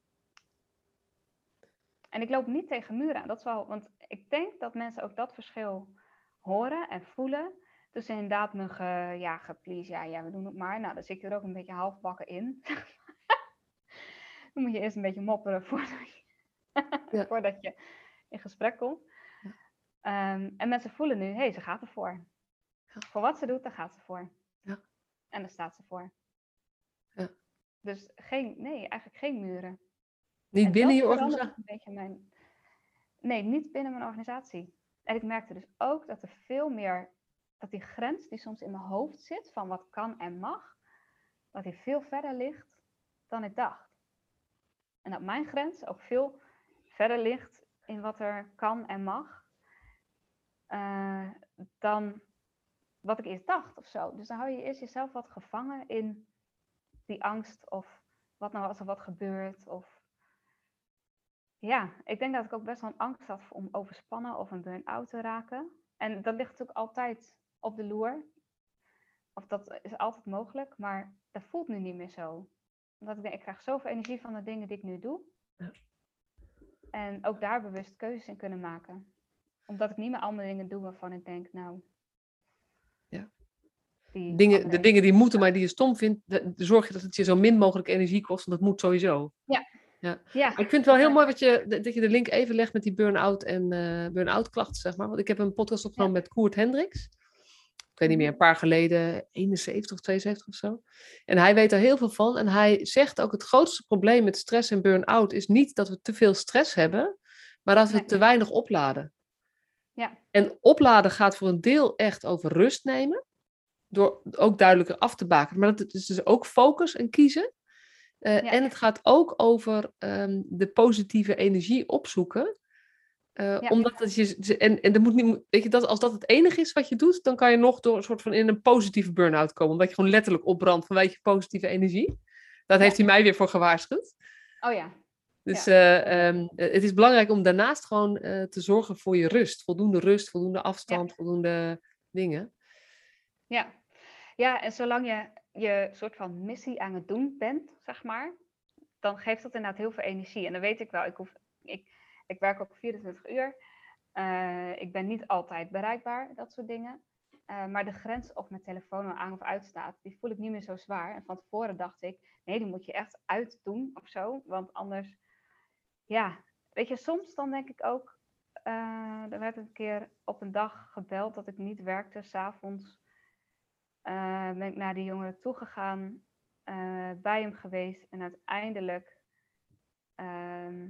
En ik loop niet tegen muren aan, dat is wel, want ik denk dat mensen ook dat verschil horen en voelen. Dus inderdaad me ge, ja, geplease, ja, ja, we doen het maar. Nou, dan zit je er ook een beetje halfbakken in. Dan moet je eerst een beetje mopperen voordat je, ja. voordat je in gesprek komt. Ja. Um, en mensen voelen nu, hé, hey, ze gaat ervoor. Ja. Voor wat ze doet, daar gaat ze voor. Ja. En daar staat ze voor. Ja. Dus geen, nee, eigenlijk geen muren. Niet En binnen dat je verandert organisatie? een beetje mijn... Nee, niet binnen mijn organisatie. En ik merkte dus ook dat er veel meer... dat die grens die soms in mijn hoofd zit... van wat kan en mag... dat die veel verder ligt dan ik dacht. En dat mijn grens ook veel verder ligt... in wat er kan en mag... Uh, dan wat ik eerst dacht of zo. Dus dan hou je eerst jezelf wat gevangen in die angst... of wat nou als er wat gebeurt... of ja, ik denk dat ik ook best wel een angst had om overspannen of een burn-out te raken. En dat ligt natuurlijk altijd op de loer. Of dat is altijd mogelijk, maar dat voelt nu niet meer zo. Omdat ik denk, ik krijg zoveel energie van de dingen die ik nu doe. Ja. En ook daar bewust keuzes in kunnen maken. Omdat ik niet meer allemaal dingen doe waarvan ik denk, nou... Ja. Die dingen, de dingen die moeten, maar die je stom vindt, de, de zorg je dat het je zo min mogelijk energie kost, want dat moet sowieso. Ja. Ja. Ja. Maar ik vind het wel heel mooi wat je, dat je de link even legt met die burn-out en uh, burn-out klachten, zeg maar. Want ik heb een podcast opgenomen ja. met Koert Hendricks. Ik weet niet meer, een paar geleden, eenenzeventig of tweeënzeventig of zo. En hij weet er heel veel van. En hij zegt ook het grootste probleem met stress en burn-out is niet dat we te veel stress hebben, maar dat we nee. te weinig opladen. Ja. En opladen gaat voor een deel echt over rust nemen. Door ook duidelijker af te baken. Maar het is dus ook focus en kiezen. Uh, ja. En het gaat ook over um, de positieve energie opzoeken. Uh, ja. Omdat het je. En, en er moet niet, weet je, dat, als dat het enige is wat je doet, dan kan je nog door een soort van in een positieve burn-out komen. Omdat je gewoon letterlijk opbrandt vanwege positieve energie. Daar ja. heeft hij mij weer voor gewaarschuwd. Oh ja. Dus ja. uh, um, het is belangrijk om daarnaast gewoon uh, te zorgen voor je rust. Voldoende rust, voldoende afstand, ja. voldoende dingen. Ja. Ja, en zolang je je soort van missie aan het doen bent, zeg maar, dan geeft dat inderdaad heel veel energie. En dan weet ik wel, ik, hoef, ik, ik werk ook vierentwintig uur. Uh, ik ben niet altijd bereikbaar, dat soort dingen. Uh, maar de grens of mijn telefoon al aan of uit staat, die voel ik niet meer zo zwaar. En van tevoren dacht ik, nee, die moet je echt uitdoen of zo. Want anders, ja, weet je, soms dan denk ik ook, uh, er werd een keer op een dag gebeld dat ik niet werkte, 's avonds. Uh, ben ik naar die jongen toegegaan, uh, bij hem geweest en uiteindelijk uh,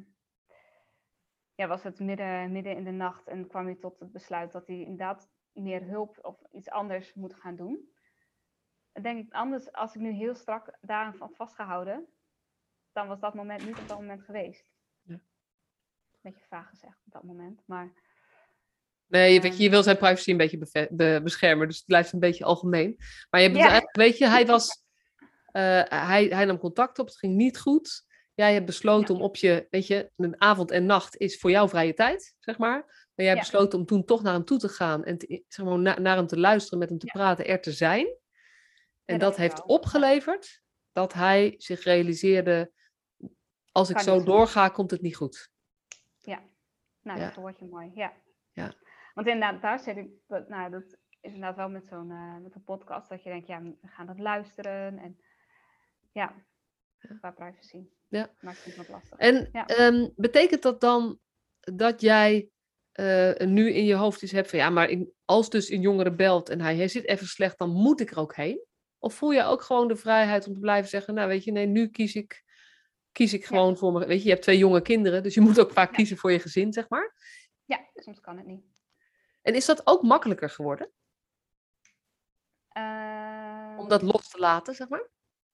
ja, was het midden, midden in de nacht en kwam hij tot het besluit dat hij inderdaad meer hulp of iets anders moet gaan doen. Dan denk ik, anders als ik nu heel strak daaraan had vastgehouden, dan was dat moment niet op dat moment geweest. Ja. Beetje vaag gezegd op dat moment, maar... Nee, weet je, je wil zijn privacy een beetje beve- be- beschermen, dus het blijft een beetje algemeen. Maar je hebt ja. eigenlijk, weet je, hij was, uh, hij, hij nam contact op, het ging niet goed. Jij hebt besloten ja. om op je, weet je, een avond en nacht is voor jou vrije tijd, zeg maar. Maar jij hebt ja. besloten om toen toch naar hem toe te gaan en te, zeg maar, na, naar hem te luisteren, met hem te ja. praten, er te zijn. En ja, dat, dat heeft wel. opgeleverd dat hij zich realiseerde, als kan ik zo doorga, komt het niet goed. Ja, nou, ja. dat hoort je mooi, ja. Ja. Want inderdaad, daar zit ik, nou, dat is inderdaad wel met zo'n uh, met een podcast, dat je denkt, ja, we gaan dat luisteren en ja, qua privacy. Ja. Maakt het wat lastig. En ja. um, betekent dat dan dat jij uh, nu in je hoofd iets hebt van, ja, maar in, als dus een jongere belt en hij, hij zit even slecht, dan moet ik er ook heen? Of voel je ook gewoon de vrijheid om te blijven zeggen, nou weet je, nee, nu kies ik, kies ik gewoon ja. voor me, weet je, je hebt twee jonge kinderen, dus je moet ook vaak ja. kiezen voor je gezin, zeg maar. Ja, soms kan het niet. En is dat ook makkelijker geworden? Uh... Om dat los te laten, zeg maar?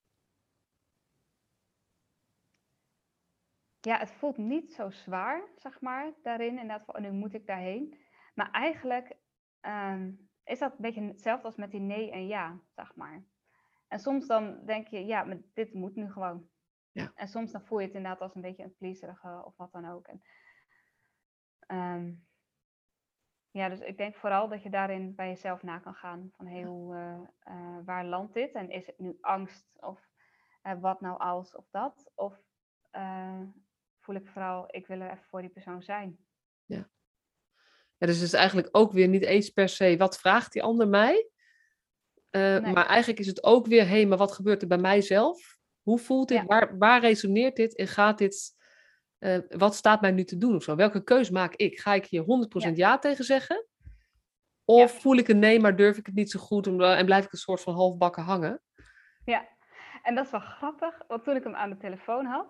Ja, het voelt niet zo zwaar, zeg maar, daarin. Inderdaad, van, nu moet ik daarheen. Maar eigenlijk um, is dat een beetje hetzelfde als met die nee en ja, zeg maar. En soms dan denk je, ja, maar dit moet nu gewoon. Ja. En soms dan voel je het inderdaad als een beetje een pleaserige of wat dan ook. En, um, ja, dus ik denk vooral dat je daarin bij jezelf na kan gaan. Van, hey, hoe, uh, uh, waar landt dit? En is het nu angst of uh, wat nou als of dat? Of... Uh, voel ik vooral, ik wil er even voor die persoon zijn. Ja. Ja, dus het is eigenlijk ook weer niet eens per se, wat vraagt die ander mij? Uh, nee. Maar eigenlijk is het ook weer, hé, hey, maar wat gebeurt er bij mijzelf? Hoe voelt dit? Ja. Waar, waar resoneert dit? En gaat dit, uh, wat staat mij nu te doen of zo? Welke keus maak ik? Ga ik hier honderd procent ja. ja tegen zeggen? Of ja. voel ik een nee, maar durf ik het niet zo goed? En blijf ik een soort van halfbakken hangen? Ja. En dat is wel grappig, want toen ik hem aan de telefoon had,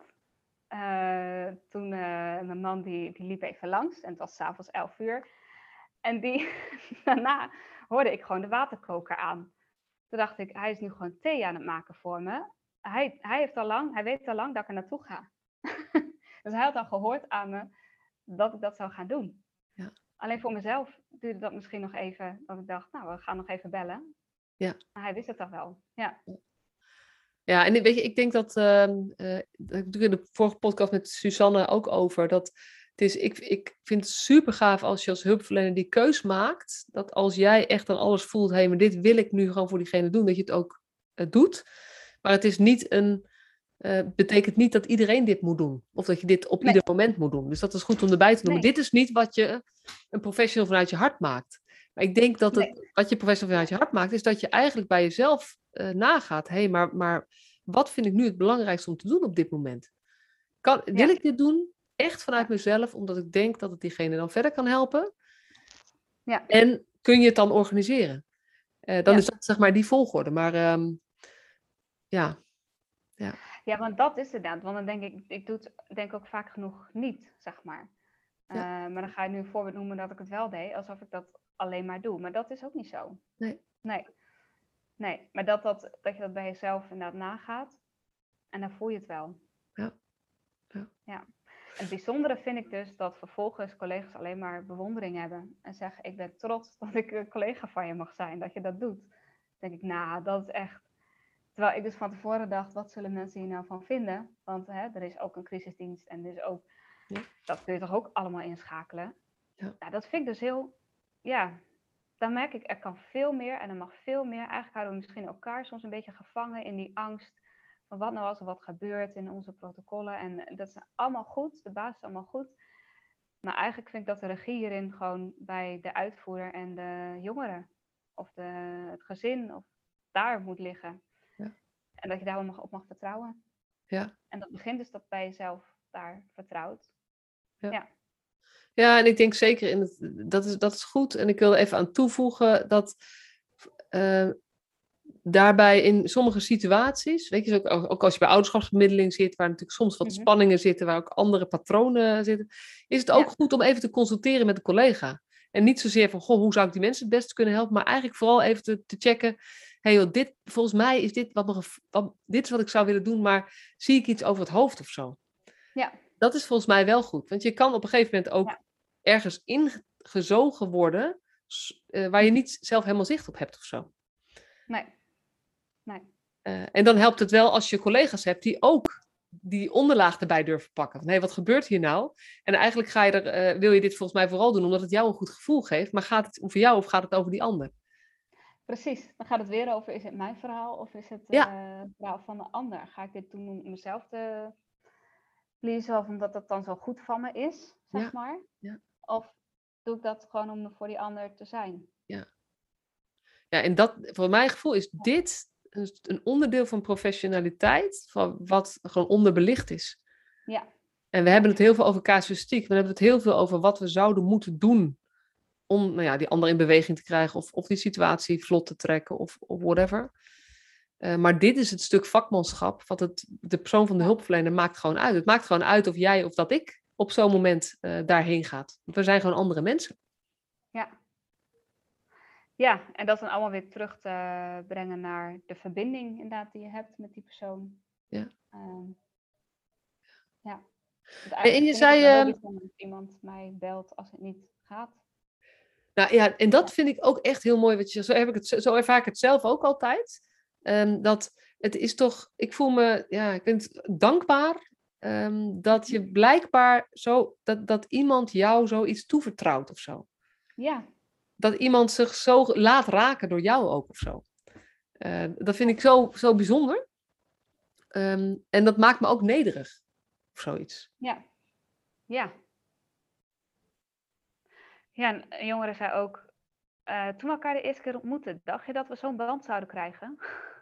uh, toen uh, mijn man die, die liep even langs en het was 's avonds elf uur. En die, daarna hoorde ik gewoon de waterkoker aan. Toen dacht ik, hij is nu gewoon thee aan het maken voor me. Hij, hij, heeft al lang, hij weet al lang dat ik er naartoe ga. Dus hij had al gehoord aan me dat ik dat zou gaan doen. Ja. Alleen voor mezelf duurde dat misschien nog even, dat ik dacht, nou, we gaan nog even bellen. Ja. Maar hij wist het al wel, ja. Ja, en weet je, ik denk dat, uh, uh, ik doe in de vorige podcast met Suzanne ook over, dat het is, ik, ik vind het super gaaf als je als hulpverlener die keus maakt, dat als jij echt dan alles voelt, hé, hey, maar dit wil ik nu gewoon voor diegene doen, dat je het ook uh, doet. Maar het is niet een, uh, betekent niet dat iedereen dit moet doen, of dat je dit op nee. ieder moment moet doen. Dus dat is goed om erbij te noemen. Nee. Dit is niet wat je een professional vanuit je hart maakt. Maar ik denk dat het, nee. wat je professional vanuit je hart maakt, is dat je eigenlijk bij jezelf uh, nagaat. Hé, hey, maar, maar wat vind ik nu het belangrijkste om te doen op dit moment? Kan, wil ja. ik dit doen echt vanuit mezelf, omdat ik denk dat het diegene dan verder kan helpen? Ja. En kun je het dan organiseren? Uh, dan ja. is dat zeg maar die volgorde. Maar um, ja. ja. Ja, want dat is het dan. Want dan denk ik, ik doe het denk ook vaak genoeg niet, zeg maar. Ja. Uh, maar dan ga je nu een voorbeeld noemen dat ik het wel deed, alsof ik dat alleen maar doe. Maar dat is ook niet zo. Nee. Nee. Nee, maar dat, dat, dat je dat bij jezelf inderdaad nagaat. En dan voel je het wel. Ja. Ja. ja. En het bijzondere vind ik dus dat vervolgens collega's alleen maar bewondering hebben. En zeggen, ik ben trots dat ik een collega van je mag zijn. Dat je dat doet. Dan denk ik, nou, dat is echt... Terwijl ik dus van tevoren dacht, wat zullen mensen hier nou van vinden? Want hè, er is ook een crisisdienst en dus ook... Ja. Dat kun je toch ook allemaal inschakelen? Ja. Nou, dat vind ik dus heel... Ja... Dan merk ik, er kan veel meer en er mag veel meer. Eigenlijk houden we misschien elkaar soms een beetje gevangen in die angst. Van wat nou als er wat gebeurt in onze protocollen. En dat is allemaal goed, de basis is allemaal goed. Maar eigenlijk vind ik dat de regie hierin gewoon bij de uitvoerder en de jongeren. Of de, het gezin, of daar moet liggen. Ja. En dat je daar mag, op mag vertrouwen. Ja. En dat begint dus dat bij jezelf daar vertrouwt. Ja. ja. Ja, en ik denk zeker, in het, dat, is, dat is goed. En ik wil er even aan toevoegen dat uh, daarbij in sommige situaties, weet je, ook, ook als je bij ouderschapsbemiddeling zit, waar natuurlijk soms wat mm-hmm. spanningen zitten, waar ook andere patronen zitten, is het ook ja. goed om even te consulteren met een collega. En niet zozeer van, goh, hoe zou ik die mensen het beste kunnen helpen, maar eigenlijk vooral even te, te checken, hé, hey, dit, volgens mij is dit wat nog, wat, dit is wat ik zou willen doen, maar zie ik iets over het hoofd of zo? Ja. Dat is volgens mij wel goed, want je kan op een gegeven moment ook ja. ergens ingezogen worden, uh, waar je niet zelf helemaal zicht op hebt of zo. Nee. nee. Uh, en dan helpt het wel als je collega's hebt die ook die onderlaag erbij durven pakken. Van, hé, wat gebeurt hier nou? En eigenlijk ga je er, uh, wil je dit volgens mij vooral doen omdat het jou een goed gevoel geeft, maar gaat het over jou of gaat het over die ander? Precies, dan gaat het weer over, is het mijn verhaal of is het uh, ja. het verhaal van de ander? Ga ik dit doen om mezelf te pleasen of omdat het dan zo goed van me is, zeg ja. maar? Ja. Of doe ik dat gewoon om voor die ander te zijn? Ja, ja en dat, voor mijn gevoel is dit een, een onderdeel van professionaliteit, van wat gewoon onderbelicht is. Ja. En we hebben het heel veel over casuïstiek, we hebben het heel veel over wat we zouden moeten doen om nou ja, die ander in beweging te krijgen of, of die situatie vlot te trekken of, of whatever. Uh, maar dit is het stuk vakmanschap, wat het, de persoon van de hulpverlener maakt gewoon uit. Het maakt gewoon uit of jij of dat ik op zo'n moment uh, daarheen gaat. Want we zijn gewoon andere mensen. Ja. Ja, en dat dan allemaal weer terug te brengen naar de verbinding inderdaad die je hebt met die persoon. Ja. Um, ja. En je zei... Uh, als iemand mij belt als het niet gaat. Nou ja, en dat vind ik ook echt heel mooi. Wat je, zo, heb ik het, zo ervaar ik het zelf ook altijd. Um, dat het is toch... Ik voel me... Ja, ik ben dankbaar um, dat je blijkbaar zo... Dat, dat iemand jou zoiets toevertrouwt of zo. Ja. Dat iemand zich zo laat raken door jou ook of zo. Uh, dat vind ik zo, zo bijzonder. Um, en dat maakt me ook nederig. Of zoiets. Ja. Ja. Ja, een jongere zei ook... Uh, toen we elkaar de eerste keer ontmoetten... dacht je dat we zo'n band zouden krijgen?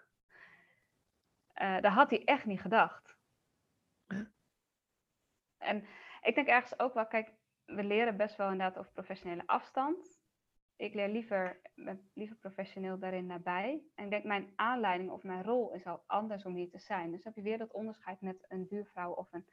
uh, dat had hij echt niet gedacht. Ja. En ik denk ergens ook wel... Kijk, we leren best wel inderdaad over professionele afstand... ik leer liever, ben liever professioneel daarin nabij. En ik denk mijn aanleiding of mijn rol is al anders om hier te zijn. Dus heb je weer dat onderscheid met een buurvrouw of een...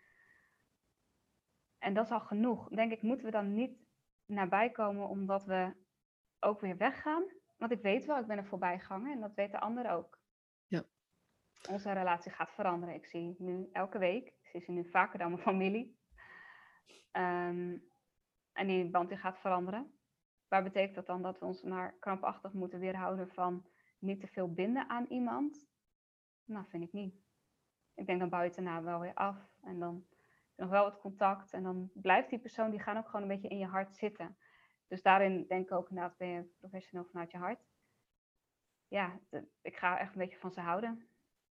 En dat is al genoeg. Denk ik, moeten we dan niet nabij komen omdat we ook weer weggaan? Want ik weet wel, ik ben er voorbij gegaan en dat weten anderen ook. Ja. Onze relatie gaat veranderen. Ik zie nu elke week, ik zie ze nu vaker dan mijn familie. Um, en die band die gaat veranderen. Waar betekent dat dan dat we ons maar krampachtig moeten weerhouden van niet te veel binden aan iemand? Nou, vind ik niet. Ik denk dan bouw je het daarna wel weer af. En dan nog wel het contact. En dan blijft die persoon, die gaan ook gewoon een beetje in je hart zitten. Dus daarin denk ik ook inderdaad, ben je professioneel vanuit je hart. Ja, de, ik ga echt een beetje van ze houden.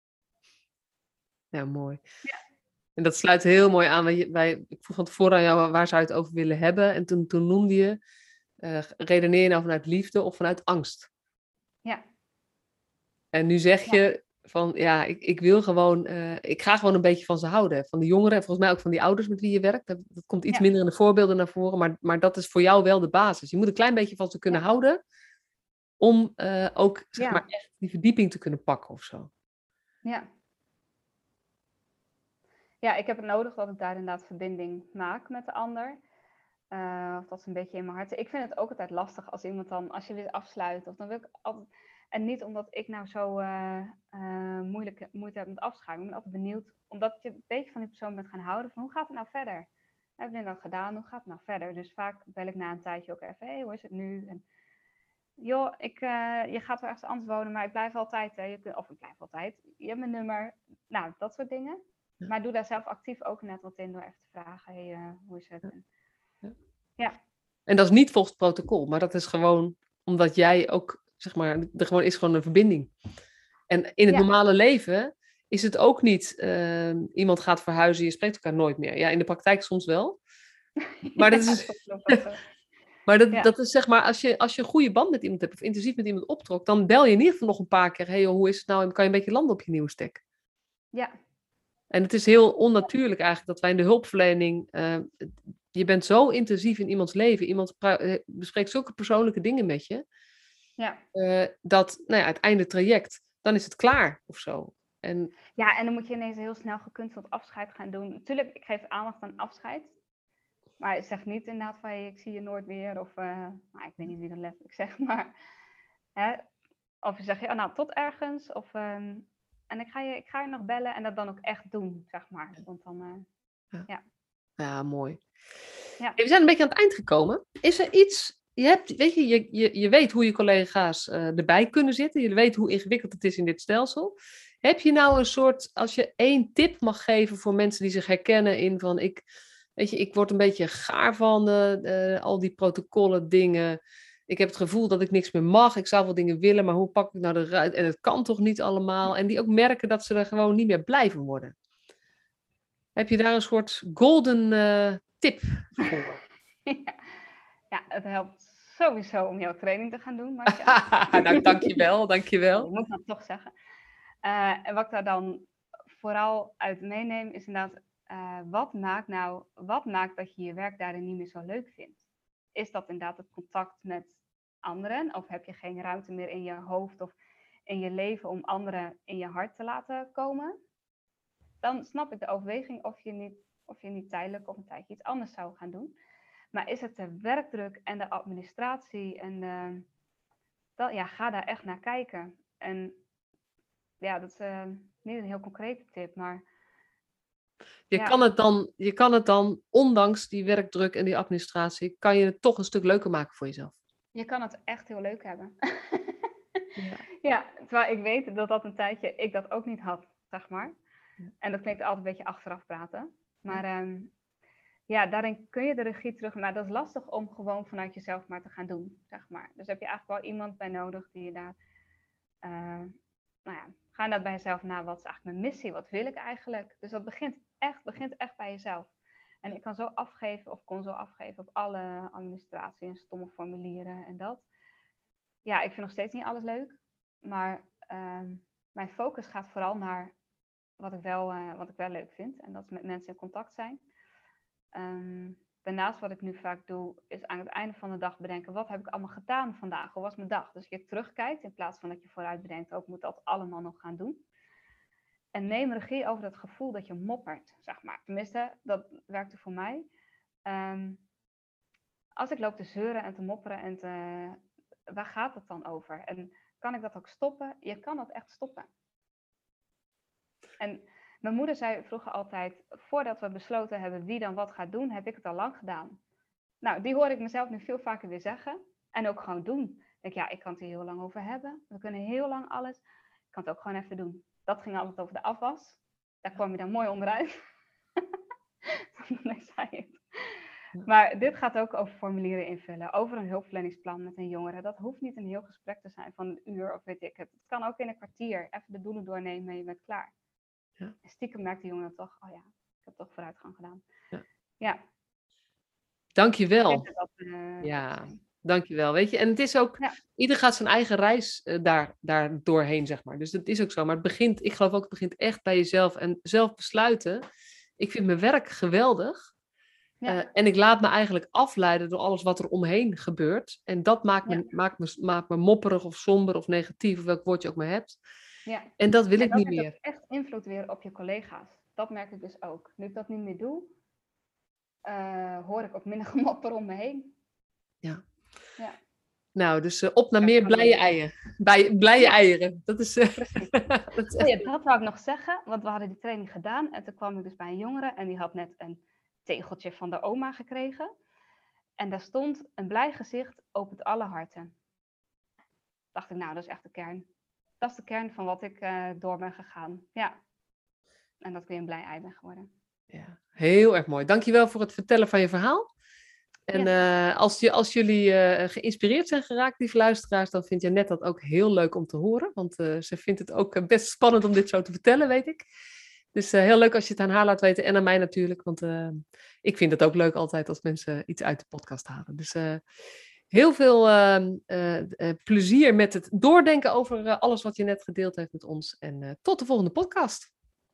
Ja, mooi. Ja. En dat sluit heel mooi aan. Wij, wij, ik vroeg van tevoren aan jou, waar zou je het over willen hebben? En toen, toen noemde je, uh, redeneer je nou vanuit liefde of vanuit angst? Ja. En nu zeg ja. je van, ja, ik, ik wil gewoon, uh, ik ga gewoon een beetje van ze houden. Van de jongeren en volgens mij ook van die ouders met wie je werkt. Dat, dat komt iets ja. minder in de voorbeelden naar voren, maar, maar dat is voor jou wel de basis. Je moet een klein beetje van ze kunnen ja. houden, om uh, ook, zeg ja. maar, echt die verdieping te kunnen pakken of zo. Ja. Ja, ik heb het nodig dat ik daar inderdaad verbinding maak met de ander. Uh, of dat is een beetje in mijn hart. Ik vind het ook altijd lastig als iemand dan, als je weer afsluit. Of dan wil ik altijd, en niet omdat ik nou zo uh, uh, moeilijk, moeite heb met afschuiven. Ik ben altijd benieuwd, omdat je een beetje van die persoon bent gaan houden. Van hoe gaat het nou verder? Heb je dat gedaan? Hoe gaat het nou verder? Dus vaak bel ik na een tijdje ook even. Hé, hey, hoe is het nu? En, joh, ik, uh, je gaat wel ergens anders wonen, maar ik blijf altijd. Hè. Je kunt, of ik blijf altijd. Je hebt mijn nummer. Nou, dat soort dingen. Ja. Maar doe daar zelf actief ook net wat in door even te vragen. Hey, uh, hoe is het? En, ja. ja. En dat is niet volgens het protocol, maar dat is gewoon omdat jij ook, zeg maar, er gewoon is gewoon een verbinding. En in het ja. normale leven is het ook niet, uh, iemand gaat verhuizen, je spreekt elkaar nooit meer. Ja, in de praktijk soms wel. Maar dat is, ja, maar dat, ja. dat is zeg maar, als je, als je een goede band met iemand hebt of intensief met iemand optrok, dan bel je in ieder geval nog een paar keer, hey, joh, hoe is het nou? En kan je een beetje landen op je nieuwe stek. Ja. En het is heel onnatuurlijk eigenlijk dat wij in de hulpverlening, uh, je bent zo intensief in iemands leven, iemand pra- bespreekt zulke persoonlijke dingen met je, ja. uh, dat nou ja, het einde traject, dan is het klaar of zo. En... Ja, en dan moet je ineens heel snel gekunsteld afscheid gaan doen. Natuurlijk, ik geef aandacht aan afscheid, maar ik zeg niet inderdaad van, hey, ik zie je nooit meer, of, uh, nou, ik weet niet wie dat letterlijk zegt, maar, hè, of je zegt, ja, nou, tot ergens, of, um, en ik ga, je, ik ga je nog bellen en dat dan ook echt doen, zeg maar. Want dan, uh, ja. ja. Ja, mooi. Ja. We zijn een beetje aan het eind gekomen. Is er iets, je, hebt, weet je, je, je, je weet hoe je collega's uh, erbij kunnen zitten. Je weet hoe ingewikkeld het is in dit stelsel. Heb je nou een soort, als je één tip mag geven voor mensen die zich herkennen in van, ik, weet je, ik word een beetje gaar van uh, uh, al die protocollen dingen. Ik heb het gevoel dat ik niks meer mag. Ik zou wel dingen willen, maar hoe pak ik nou eruit? En het kan toch niet allemaal? En die ook merken dat ze er gewoon niet meer blij van worden. Heb je daar een soort golden uh, tip voor? Ja. ja, het helpt sowieso om jouw training te gaan doen, Marcia. nou, dankjewel, dankjewel. Ik moet dat toch zeggen. Uh, en wat ik daar dan vooral uit meeneem is inderdaad, uh, wat maakt nou, wat maakt dat je je werk daarin niet meer zo leuk vindt? Is dat inderdaad het contact met anderen? Of heb je geen ruimte meer in je hoofd of in je leven om anderen in je hart te laten komen? Dan snap ik de overweging of je niet, of je niet tijdelijk of een tijdje iets anders zou gaan doen. Maar is het de werkdruk en de administratie? En de, dat, ja, ga daar echt naar kijken. En ja, dat is uh, niet een heel concrete tip, maar... Je, ja. kan het dan, je kan het dan, ondanks die werkdruk en die administratie, kan je het toch een stuk leuker maken voor jezelf. Je kan het echt heel leuk hebben. ja. ja, terwijl ik weet dat dat een tijdje ik dat ook niet had, zeg maar. Ja. En dat klinkt altijd een beetje achteraf praten. Maar ja. Um, ja, daarin kun je de regie terug, maar dat is lastig om gewoon vanuit jezelf maar te gaan doen, zeg maar. Dus heb je eigenlijk wel iemand bij nodig die je daar, uh, nou ja, ga inderdaad bij jezelf na, wat is eigenlijk mijn missie, wat wil ik eigenlijk? Dus dat begint echt, begint echt bij jezelf. En ik kan zo afgeven, of kon zo afgeven op alle administratie en stomme formulieren en dat. Ja, ik vind nog steeds niet alles leuk, maar uh, mijn focus gaat vooral naar wat ik wel, uh, wat ik wel leuk vind. En dat is met mensen in contact zijn. Um, daarnaast wat ik nu vaak doe, is aan het einde van de dag bedenken, wat heb ik allemaal gedaan vandaag? Hoe was mijn dag? Dus je terugkijkt in plaats van dat je vooruit bedenkt, ook moet dat allemaal nog gaan doen. En neem regie over dat gevoel dat je moppert, zeg maar. Tenminste, dat werkte voor mij. Um, als ik loop te zeuren en te mopperen, en te, waar gaat het dan over? En kan ik dat ook stoppen? Je kan dat echt stoppen. En mijn moeder zei vroeger altijd, voordat we besloten hebben wie dan wat gaat doen, heb ik het al lang gedaan. Nou, die hoor ik mezelf nu veel vaker weer zeggen. En ook gewoon doen. Ik denk, ja, ik kan het hier heel lang over hebben. We kunnen heel lang alles. Ik kan het ook gewoon even doen. Dat ging altijd over de afwas. Daar kwam je dan mooi onderuit. Nee, zei het. Maar dit gaat ook over formulieren invullen. Over een hulpverleningsplan met een jongere. Dat hoeft niet een heel gesprek te zijn van een uur of weet ik het. Het kan ook in een kwartier. Even de doelen doornemen en je bent klaar. Ja. En stiekem merkt de jongere toch, oh ja, ik heb toch vooruitgang gedaan. Ja. ja. Dankjewel. Dat, uh, ja, dankjewel. Weet je, en het is ook, ja. ieder gaat zijn eigen reis uh, daar, daar doorheen, zeg maar. Dus dat is ook zo. Maar het begint, ik geloof ook, het begint echt bij jezelf. En zelf besluiten. Ik vind mijn werk geweldig. Ja. Uh, en ik laat me eigenlijk afleiden door alles wat er omheen gebeurt. En dat maakt me, ja. maakt me, maakt me mopperig of somber of negatief, of welk woord je ook maar hebt. Ja. En dat wil en ik dat niet heeft meer. Echt invloed weer op je collega's. Dat merk ik dus ook. Nu ik dat niet meer doe, uh, hoor ik ook minder gemopper om me heen. Ja. ja. Nou, dus uh, op naar meer blije eieren. Bij, blije ja. eieren. Dat is... Uh, dat, is echt... oh ja, dat wou ik nog zeggen, want we hadden die training gedaan. En toen kwam ik dus bij een jongere en die had net een tegeltje van de oma gekregen. En daar stond, een blij gezicht opent alle harten. Dacht ik, nou, dat is echt de kern. Dat is de kern van wat ik uh, door ben gegaan. Ja. En dat ik weer een blij ei ben geworden. Ja, heel erg mooi. Dankjewel voor het vertellen van je verhaal. En ja. uh, als, je, als jullie uh, geïnspireerd zijn geraakt, lieve luisteraars, dan vindt Janette dat ook heel leuk om te horen. Want uh, ze vindt het ook best spannend om dit zo te vertellen, weet ik. Dus uh, heel leuk als je het aan haar laat weten. En aan mij natuurlijk. Want uh, ik vind het ook leuk altijd als mensen iets uit de podcast halen. Dus... Uh, Heel veel uh, uh, uh, plezier met het doordenken over uh, alles wat je net gedeeld heeft met ons. En uh, tot de volgende podcast.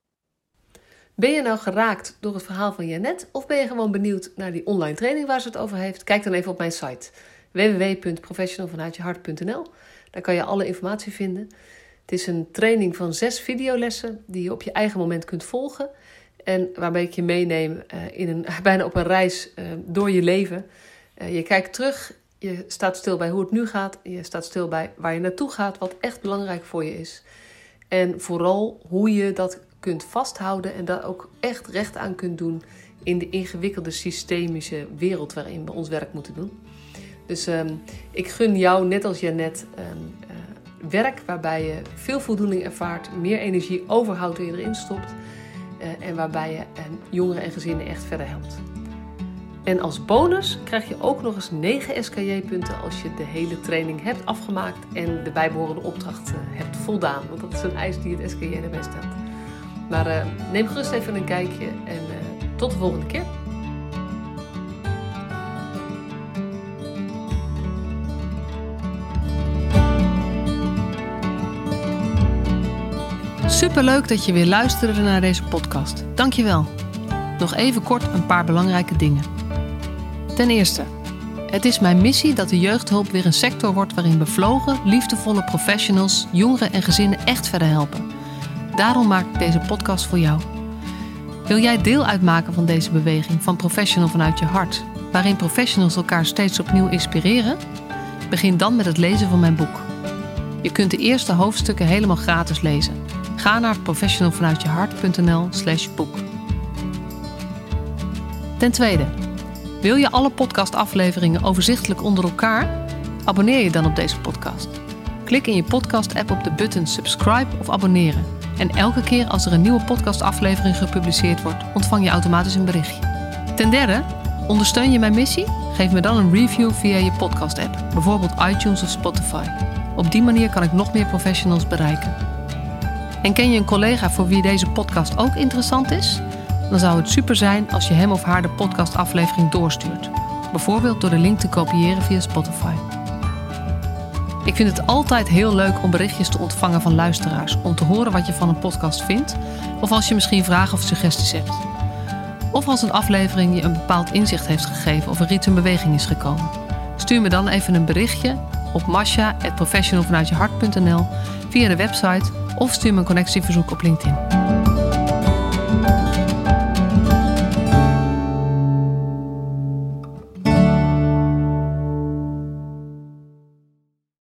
Ben je nou geraakt door het verhaal van Janette? Of ben je gewoon benieuwd naar die online training waar ze het over heeft? Kijk dan even op mijn site w w w punt professional vanuit je hart punt n l. Daar kan je alle informatie vinden. Het is een training van zes videolessen die je op je eigen moment kunt volgen. En waarbij ik je meeneem uh, in een, bijna op een reis uh, door je leven. Uh, je kijkt terug... Je staat stil bij hoe het nu gaat. Je staat stil bij waar je naartoe gaat. Wat echt belangrijk voor je is. En vooral hoe je dat kunt vasthouden. En daar ook echt recht aan kunt doen. In de ingewikkelde systemische wereld waarin we ons werk moeten doen. Dus um, ik gun jou, net als Janette, um, uh, werk waarbij je veel voldoening ervaart. Meer energie overhoudt die je erin stopt. Uh, en waarbij je um, jongeren en gezinnen echt verder helpt. En als bonus krijg je ook nog eens negen S K J-punten als je de hele training hebt afgemaakt en de bijbehorende opdracht uh, hebt voldaan. Want dat is een eis die het S K J erbij stelt. Maar uh, neem gerust even een kijkje en uh, tot de volgende keer. Superleuk dat je weer luisterde naar deze podcast. Dankjewel. Nog even kort een paar belangrijke dingen. Ten eerste, het is mijn missie dat de jeugdhulp weer een sector wordt waarin bevlogen, liefdevolle professionals, jongeren en gezinnen echt verder helpen. Daarom maak ik deze podcast voor jou. Wil jij deel uitmaken van deze beweging van Professional vanuit je hart, waarin professionals elkaar steeds opnieuw inspireren? Begin dan met het lezen van mijn boek. Je kunt de eerste hoofdstukken helemaal gratis lezen. Ga naar professional vanuit je hart punt n l slash boek. Ten tweede, wil je alle podcastafleveringen overzichtelijk onder elkaar? Abonneer je dan op deze podcast. Klik in je podcast-app op de button subscribe of abonneren. En elke keer als er een nieuwe podcastaflevering gepubliceerd wordt, ontvang je automatisch een berichtje. Ten derde, ondersteun je mijn missie? Geef me dan een review via je podcast-app, bijvoorbeeld iTunes of Spotify. Op die manier kan ik nog meer professionals bereiken. En ken je een collega voor wie deze podcast ook interessant is? Dan zou het super zijn als je hem of haar de podcastaflevering doorstuurt. Bijvoorbeeld door de link te kopiëren via Spotify. Ik vind het altijd heel leuk om berichtjes te ontvangen van luisteraars. Om te horen wat je van een podcast vindt. Of als je misschien vragen of suggesties hebt. Of als een aflevering je een bepaald inzicht heeft gegeven of er iets in beweging is gekomen. Stuur me dan even een berichtje op masha at professional vanuit je hart punt n l via de website of stuur me een connectieverzoek op LinkedIn.